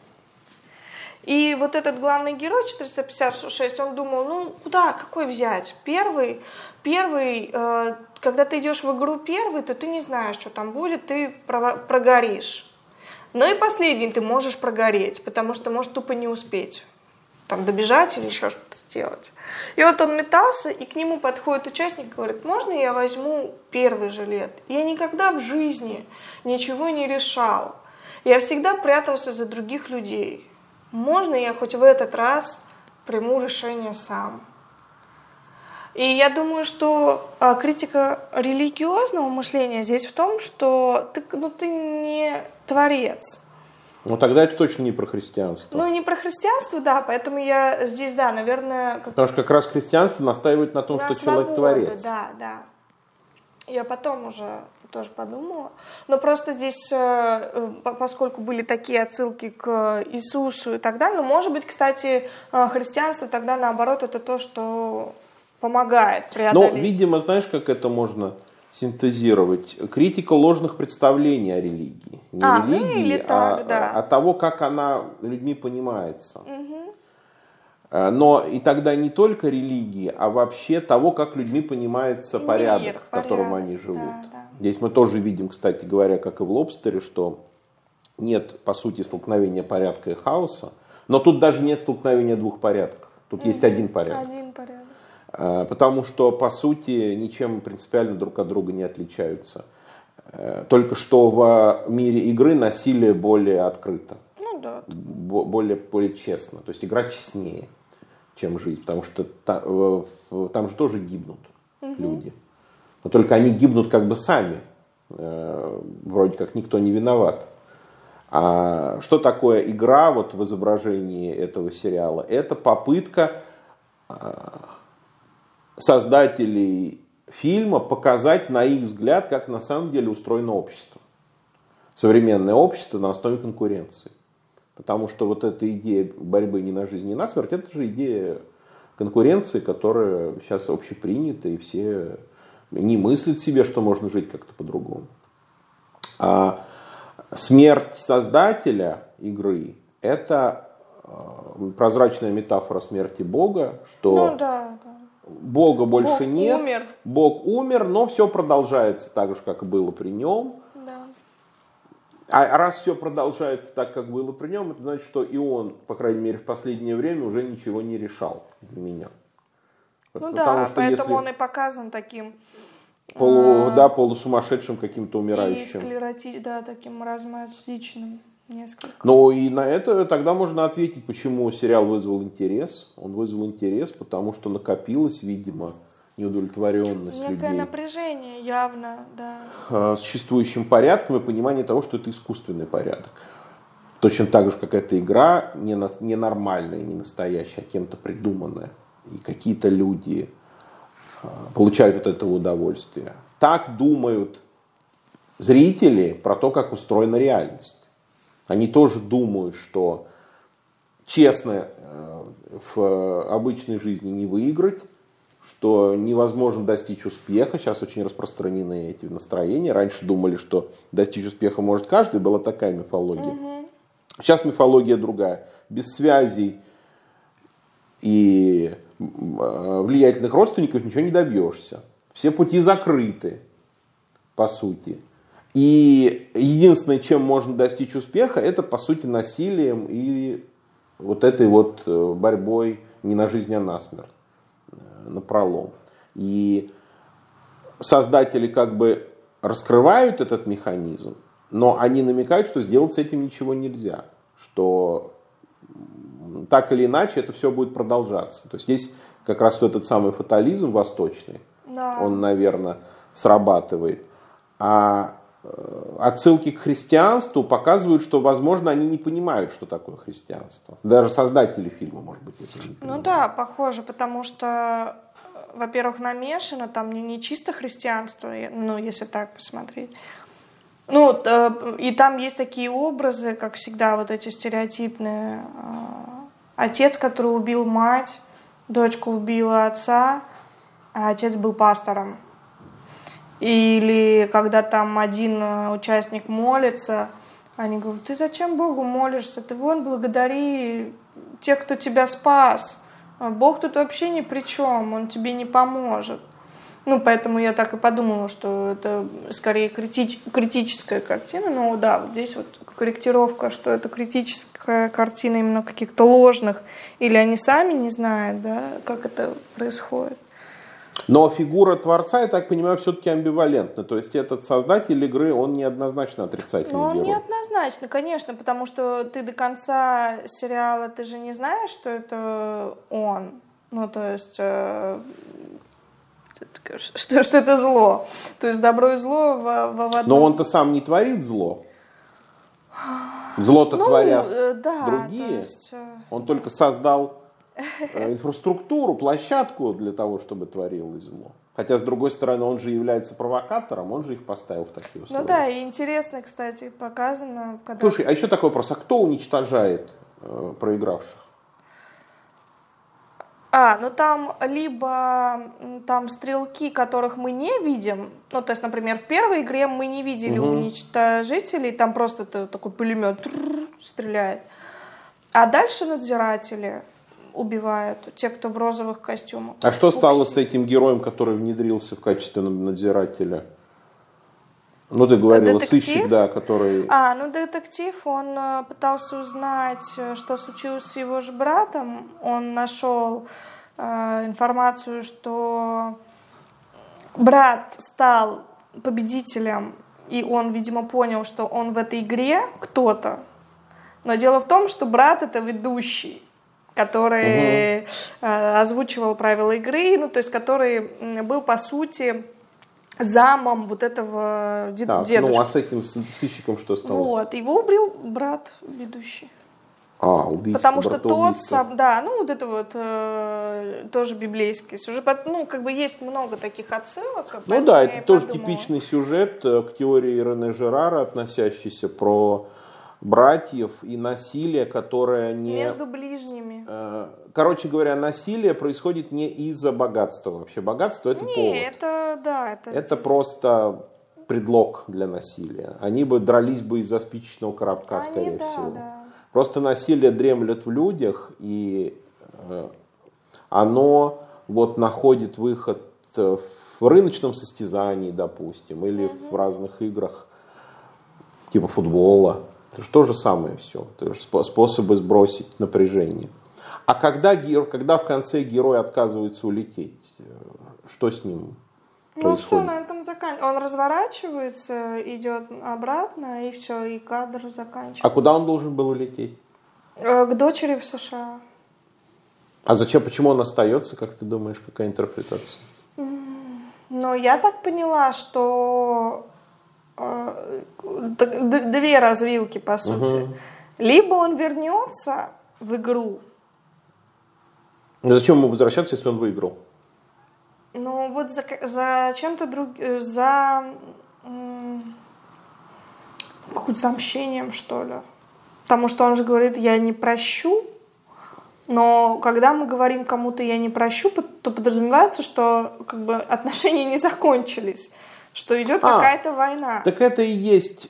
И вот этот главный герой 456, он думал, какой взять? Первый, когда ты идешь в игру первый, то ты не знаешь, что там будет, ты прогоришь. Ну и последний ты можешь прогореть, потому что можешь тупо не успеть там добежать или еще что-то сделать. И вот он метался, и к нему подходит участник и говорит, можно я возьму первый жилет? Я никогда в жизни ничего не решал. Я всегда прятался за других людей. Можно я хоть в этот раз приму решение сам? И я думаю, что критика религиозного мышления здесь в том, что ты не творец. Ну тогда это точно не про христианство. Ну не про христианство, да, поэтому я здесь, да, наверное... Потому что как раз христианство настаивает на том, что человек творец. Да. Я потом уже тоже подумала. Но просто здесь, поскольку были такие отсылки к Иисусу и так далее, может быть, кстати, христианство тогда, наоборот, это то, что помогает преодолеть. Ну, видимо, знаешь, как это можно синтезировать? Критика ложных представлений о религии. Не религии, а того, как она людьми понимается. Но и тогда не только религии, а вообще того, как людьми понимается порядок, в котором они живут. Да. Здесь мы тоже видим, кстати говоря, как и в «Лобстере», что нет, по сути, столкновения порядка и хаоса, но тут даже нет столкновения двух порядков. Тут есть один порядок. Потому что, по сути, ничем принципиально друг от друга не отличаются. Только что в мире игры насилие более открыто. Ну да. Более честно. То есть игра честнее, чем жизнь. Потому что там же тоже гибнут люди. Но только они гибнут как бы сами. Вроде как никто не виноват. А что такое игра вот в изображении этого сериала? Это попытка создателей фильма показать, на их взгляд, как на самом деле устроено общество. Современное общество на основе конкуренции. Потому что вот эта идея борьбы не на жизнь, не на смерть, это же идея конкуренции, которая сейчас общепринята, и все не мыслят себе, что можно жить как-то по-другому. А смерть создателя игры – это прозрачная метафора смерти Бога, что Бога больше нет, Бог умер, но все продолжается так же, как и было при нем. А раз все продолжается так, как было при нем, это значит, что и он, по крайней мере, в последнее время уже ничего не решал для меня. Ну да, поэтому он и показан таким полусумасшедшим каким-то умирающим. И таким маразматичным несколько. Но и на это тогда можно ответить, почему сериал вызвал интерес. Он вызвал интерес, потому что накопилось, видимо, неудовлетворенность людей. Некое напряжение явно, да. Существующим порядком и понимание того, что это искусственный порядок. Точно так же, как эта игра не нормальная, не настоящая, а кем-то придуманная. И какие-то люди получают от этого удовольствие. Так думают зрители про то, как устроена реальность. Они тоже думают, что честно в обычной жизни не выиграть, что невозможно достичь успеха. Сейчас очень распространены эти настроения. Раньше думали, что достичь успеха может каждый, была такая мифология. Угу. Сейчас мифология другая. Без связей и влиятельных родственников ничего не добьешься. Все пути закрыты, по сути. И единственное, чем можно достичь успеха, это, по сути, насилием и вот этой вот борьбой не на жизнь, а на смерть, напролом. И создатели как бы раскрывают этот механизм, но они намекают, что сделать с этим ничего нельзя, что так или иначе это все будет продолжаться. То есть здесь как раз вот этот самый фатализм восточный, да. Он, наверное, срабатывает. А отсылки к христианству показывают, что, возможно, они не понимают, что такое христианство. Даже создатели фильма, может быть, это не понимают. Ну да, похоже, потому что, во-первых, намешано там не чисто христианство, ну, если так посмотреть. Ну, и там есть такие образы, как всегда, вот эти стереотипные. Отец, который убил мать, дочка убила отца, а отец был пастором. Или когда там один участник молится, они говорят: ты зачем Богу молишься? Ты вон благодари тех, кто тебя спас. Бог тут вообще ни при чем, Он тебе не поможет. Ну, поэтому я так и подумала, что это скорее критическая картина. Но да, вот здесь вот корректировка, что это критическая картина именно каких-то ложных, или они сами не знают, да, как это происходит. Но фигура Творца, я так понимаю, все-таки амбивалентна. То есть этот создатель игры, он неоднозначно отрицательный герой. Ну, он неоднозначно, конечно, потому что ты до конца сериала, ты же не знаешь, что это он. Ну, то есть... Что это зло. То есть добро и зло в одном... Но он-то сам не творит зло. Зло-то творят другие. Есть... Он только создал инфраструктуру, площадку для того, чтобы творилось зло. Хотя, с другой стороны, он же является провокатором, он же их поставил в такие условия. Ну да, и интересно, кстати, показано... Когда... Слушай, а еще такой вопрос. А кто уничтожает проигравших? Ну там либо там стрелки, которых мы не видим, ну то есть, например, в первой игре мы не видели уничтожителей, там просто такой пулемет стреляет, а дальше надзиратели убивают, те, кто в розовых костюмах. А что стало с этим героем, который внедрился в качестве надзирателя? Ну, ты говорила, детектив? Сыщик, да, который... Ну, детектив, он пытался узнать, что случилось с его же братом. Он нашел информацию, что брат стал победителем, и он, видимо, понял, что он в этой игре кто-то. Но дело в том, что брат — это ведущий, который озвучивал правила игры, ну, то есть который был, по сути... замом вот этого дедушки. Ну, а с этим сыщиком что стало? Вот, его убил брат ведущий. Убийство. Потому что тот сам, да, ну вот это вот тоже библейский сюжет. Ну, как бы есть много таких отсылок. Ну да, это тоже типичный сюжет к теории Рене Жерара, относящийся про братьев и насилие, которое не... Между ближними. Короче говоря, насилие происходит не из-за богатства вообще. Богатство — это повод. Это просто предлог для насилия. Они бы дрались бы из-за спичечного коробка, скорее всего. Да. Просто насилие дремлет в людях, и оно вот находит выход в рыночном состязании, допустим, или в разных играх, типа футбола. Это же то же самое все. Это же способы сбросить напряжение. А когда в конце герой отказывается улететь, что с ним? Ну все, происходит? на этом заканчивается. Он разворачивается, идет обратно, и все, и кадр заканчивается. А куда он должен был улететь? К дочери в США. А зачем, почему он остается, как ты думаешь, какая интерпретация? Но я так поняла, что две развилки, по сути. Либо он вернется в игру. Но зачем ему возвращаться, если он выиграл? Ну вот за чем-то другим, за каким-то замщением, что ли. Потому что он же говорит, я не прощу. Но когда мы говорим кому-то «я не прощу», то подразумевается, что как бы отношения не закончились, что идет какая-то война. Так это и есть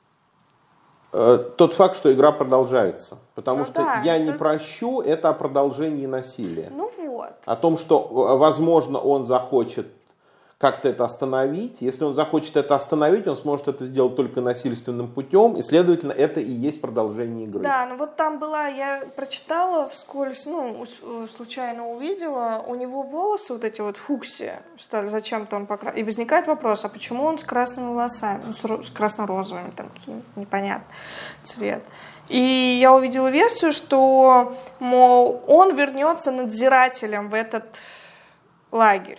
тот факт, что игра продолжается. Потому что «я не прощу» — это о продолжении насилия. Ну вот. О том, что, возможно, он захочет как-то это остановить. Если он захочет это остановить, он сможет это сделать только насильственным путем, и, следовательно, это и есть продолжение игры. Да, ну вот там была, я прочитала вскользь, случайно увидела, у него волосы вот эти вот фуксия, зачем-то он покрасил. И возникает вопрос, а почему он с красными волосами, с красно-розовыми, там какие-нибудь непонятный цвет. И я увидела версию, что, мол, он вернется надзирателем в этот лагерь.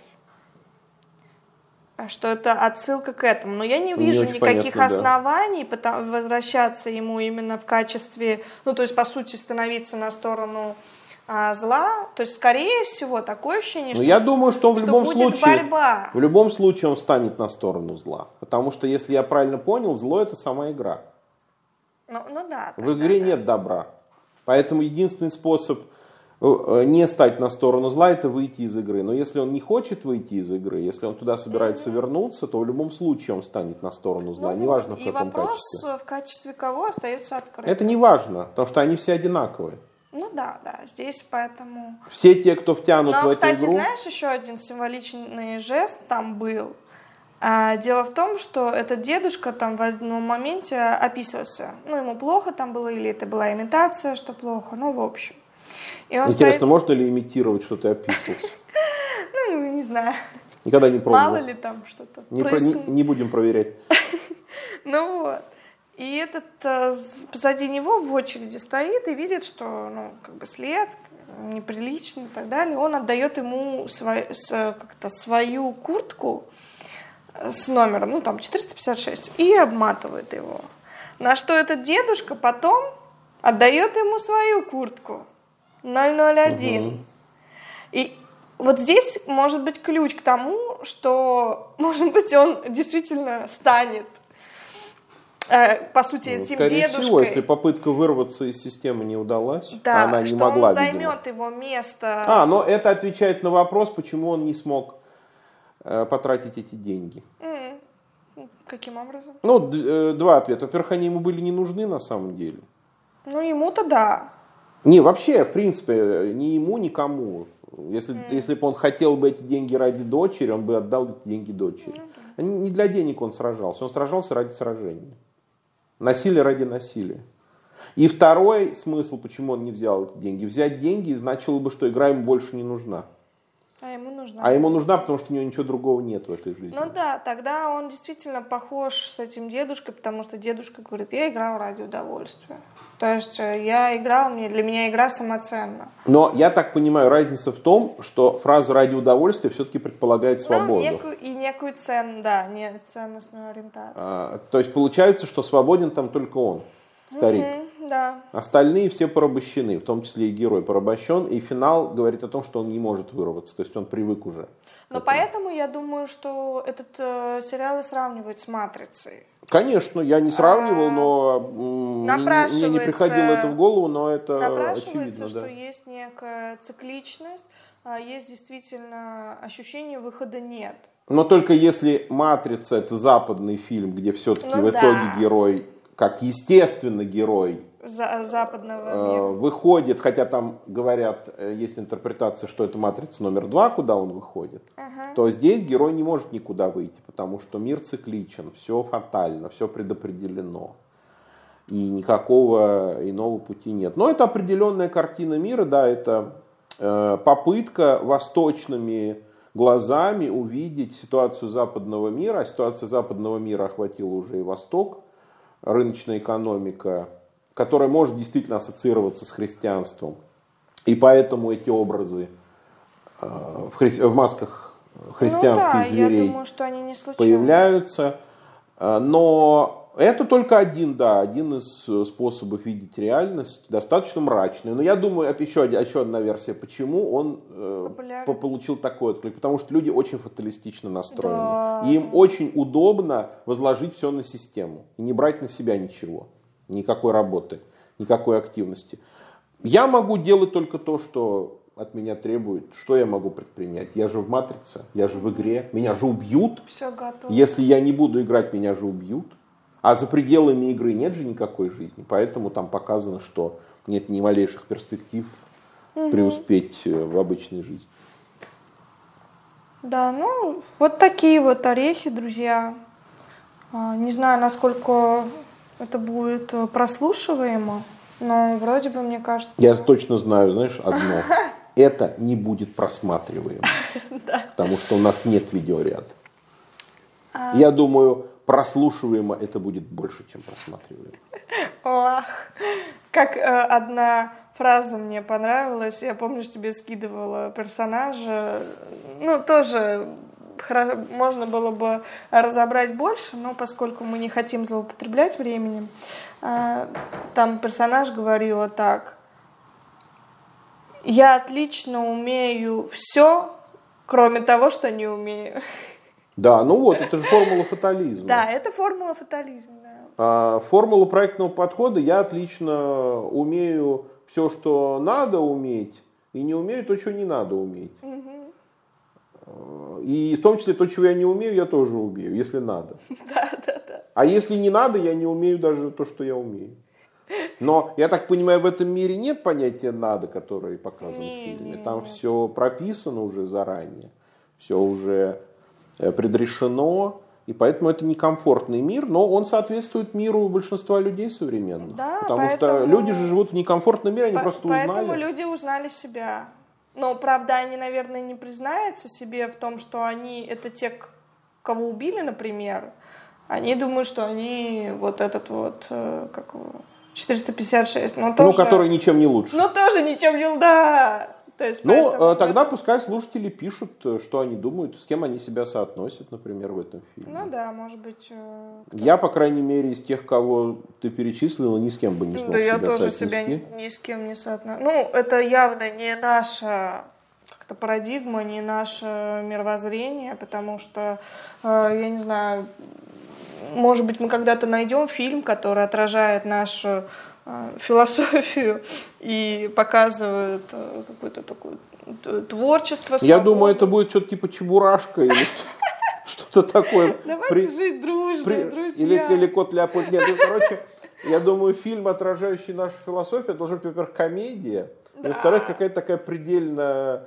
Что это отсылка к этому. Но я не вижу никаких оснований возвращаться ему именно в качестве, то есть, по сути, становиться на сторону зла. То есть, скорее всего, такое ощущение, я думаю, что он будет борьба. В любом случае он встанет на сторону зла. Потому что, если я правильно понял, зло — это сама игра. Ну да. В игре нет добра. Поэтому единственный способ не стать на сторону зла — это выйти из игры. Но если он не хочет выйти из игры, если он туда собирается вернуться, то в любом случае он станет на сторону зла. Неважно, в каком качестве. И вопрос, в качестве кого, остается открытым. Это не важно, потому что они все одинаковые. Ну да, здесь поэтому... Все те, кто втянут в эту кстати, игру... знаешь, еще один символичный жест там был. Дело в том, что этот дедушка там в одном моменте описывался. Ему плохо там было, или это была имитация, что плохо, в общем. И он Интересно, можно ли имитировать, что ты описывался? Не знаю. Никогда не пробовал. Мало ли там что-то. Не будем проверять. Ну вот. И этот позади него в очереди стоит и видит, что след неприличный и так далее. Он отдает ему свою куртку с номером, 456, и обматывает его. На что этот дедушка потом отдает ему свою куртку 001. И вот здесь может быть ключ к тому, что, может быть, он действительно станет, по сути, этим скорее дедушкой. Всего, если попытка вырваться из системы не удалась, да, она не что могла, он займет его место. Но это отвечает на вопрос, почему он не смог потратить эти деньги. Каким образом? Два ответа. Во-первых, они ему были не нужны на самом деле. Ему-то да. Не, вообще, в принципе, ни ему, никому. Если бы он хотел бы эти деньги ради дочери, он бы отдал эти деньги дочери. Не для денег он сражался ради сражения. Насилие ради насилия. И второй смысл, почему он не взял эти деньги. Взять деньги значило бы, что игра ему больше не нужна. А ему нужна. А ему нужна, потому что у него ничего другого нет в этой жизни. Тогда он действительно похож с этим дедушкой, потому что дедушка говорит, я играл ради удовольствия. То есть я играл, для меня игра самоценна. Но я так понимаю, разница в том, что фраза «ради удовольствия» все-таки предполагает свободу. Некую ценностную ориентацию. То есть получается, что свободен там только он, старик. Да. Остальные все порабощены, в том числе и герой порабощен, и финал говорит о том, что он не может вырваться, то есть он привык уже. Но поэтому я думаю, что этот сериал и сравнивают с «Матрицей». Конечно, я не сравнивал, но мне не приходило это в голову, но это очевидно. Что есть некая цикличность, есть действительно ощущение выхода нет. Но только если «Матрица» — это западный фильм, где все-таки в итоге герой, как естественно герой, западного мира выходит, хотя там говорят, есть интерпретация, что это «Матрица» номер 2, куда он выходит, то здесь герой не может никуда выйти, потому что мир цикличен, все фатально, все предопределено. И никакого иного пути нет. Но это определенная картина мира, да, это попытка восточными глазами увидеть ситуацию западного мира. А ситуация западного мира охватила уже и Восток, рыночная экономика, которая может действительно ассоциироваться с христианством. И поэтому эти образы в масках христианских зверей я думаю, что они не случайны. Появляются. Но это только один из способов видеть реальность, достаточно мрачный. Но я думаю, еще одна версия, почему он получил такой отклик. Потому что люди очень фаталистично настроены. Да. И им очень удобно возложить все на систему. И не брать на себя ничего. Никакой работы, никакой активности. Я могу делать только то, что от меня требует. Что я могу предпринять? Я же в матрице, я же в игре. Меня же убьют. Все готово. Если я не буду играть, меня же убьют. А за пределами игры нет же никакой жизни. Поэтому там показано, что нет ни малейших перспектив преуспеть в обычной жизни. Да, ну, вот такие вот орехи, друзья. Не знаю, насколько это будет прослушиваемо, но вроде бы, мне кажется... Я точно знаю, знаешь, одно. Это не будет просматриваемо. Потому что у нас нет видеоряда. Я думаю, прослушиваемо это будет больше, чем просматриваемо. Как одна фраза мне понравилась. Я помню, что тебе скидывала персонажа. Ну, тоже можно было бы разобрать больше, но поскольку мы не хотим злоупотреблять временем, там персонаж говорила так: я отлично умею все, кроме того, что не умею. Да, ну вот, это же формула фатализма. Да, это формула фатализма. Да. Формула проектного подхода: я отлично умею все, что надо уметь, и не умею то, чего не надо уметь. И в том числе то, чего я не умею, я тоже умею, если надо. Да. А если не надо, я не умею даже то, что я умею. Но, я так понимаю, в этом мире нет понятия «надо», которое показано в фильме. Там все прописано уже заранее, все уже предрешено, и поэтому это некомфортный мир, но он соответствует миру большинства людей современных. Да, потому что люди же живут в некомфортном мире, они просто узнали. Поэтому люди узнали себя. Но, правда, они, наверное, не признаются себе в том, что они это те, кого убили, например. Они думают, что они вот этот вот, как его, 456, но тоже... Ну, который ничем не лучше. Ну, тоже ничем не... Да. То есть, ну, поэтому... тогда пускай слушатели пишут, что они думают, с кем они себя соотносят, например, в этом фильме. Ну да, может быть... Я, по крайней мере, из тех, кого ты перечислила, ни с кем бы не смог себя соотнести. Да, я тоже себя ни с кем не соотношу. Ну, это явно не наша как-то парадигма, не наше мировоззрение, потому что, я не знаю, может быть, мы когда-то найдем фильм, который отражает нашу философию и показывает какое-то такое творчество. Я думаю, это будет что-то типа «Чебурашка» или что-то такое. Давайте жить дружно, друзья. Или «Кот Леопольд». Нет, короче, я думаю, фильм, отражающий нашу философию, должен быть, во-первых, комедия, во-вторых, какая-то такая предельно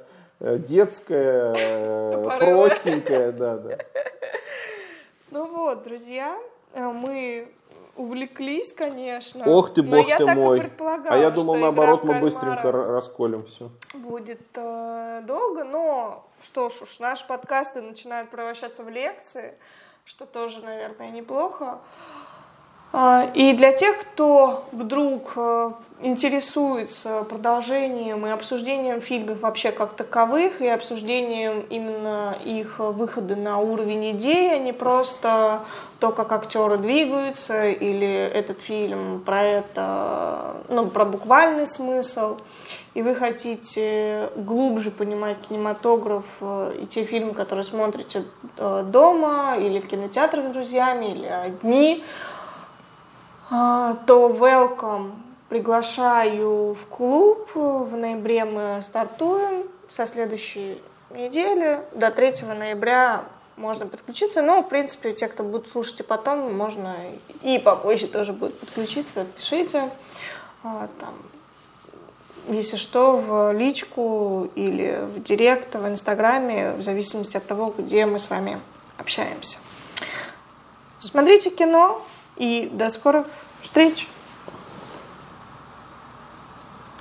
детская, простенькая. Да. Ну вот, друзья, мы... увлеклись, конечно. Ох ты, бог ты мой. Предполагала, а я думал, наоборот, мы быстренько кальмара расколем все. Будет долго, но что ж уж, наши подкасты начинают превращаться в лекции, что тоже, наверное, неплохо. И для тех, кто вдруг интересуется продолжением и обсуждением фильмов вообще как таковых, и обсуждением именно их выхода на уровень идеи, а не просто то, как актеры двигаются, или этот фильм про это, про буквальный смысл, и вы хотите глубже понимать кинематограф и те фильмы, которые смотрите дома, или в кинотеатре с друзьями, или одни, то welcome. Приглашаю в клуб. В ноябре мы стартуем. Со следующей недели до 3 ноября можно подключиться. Но, в принципе, те, кто будут слушать и потом, можно и попозже тоже будут подключиться. Пишите. Там, если что, в личку или в директ, в Инстаграме, в зависимости от того, где мы с вами общаемся. Смотрите кино. И до скорых встреч!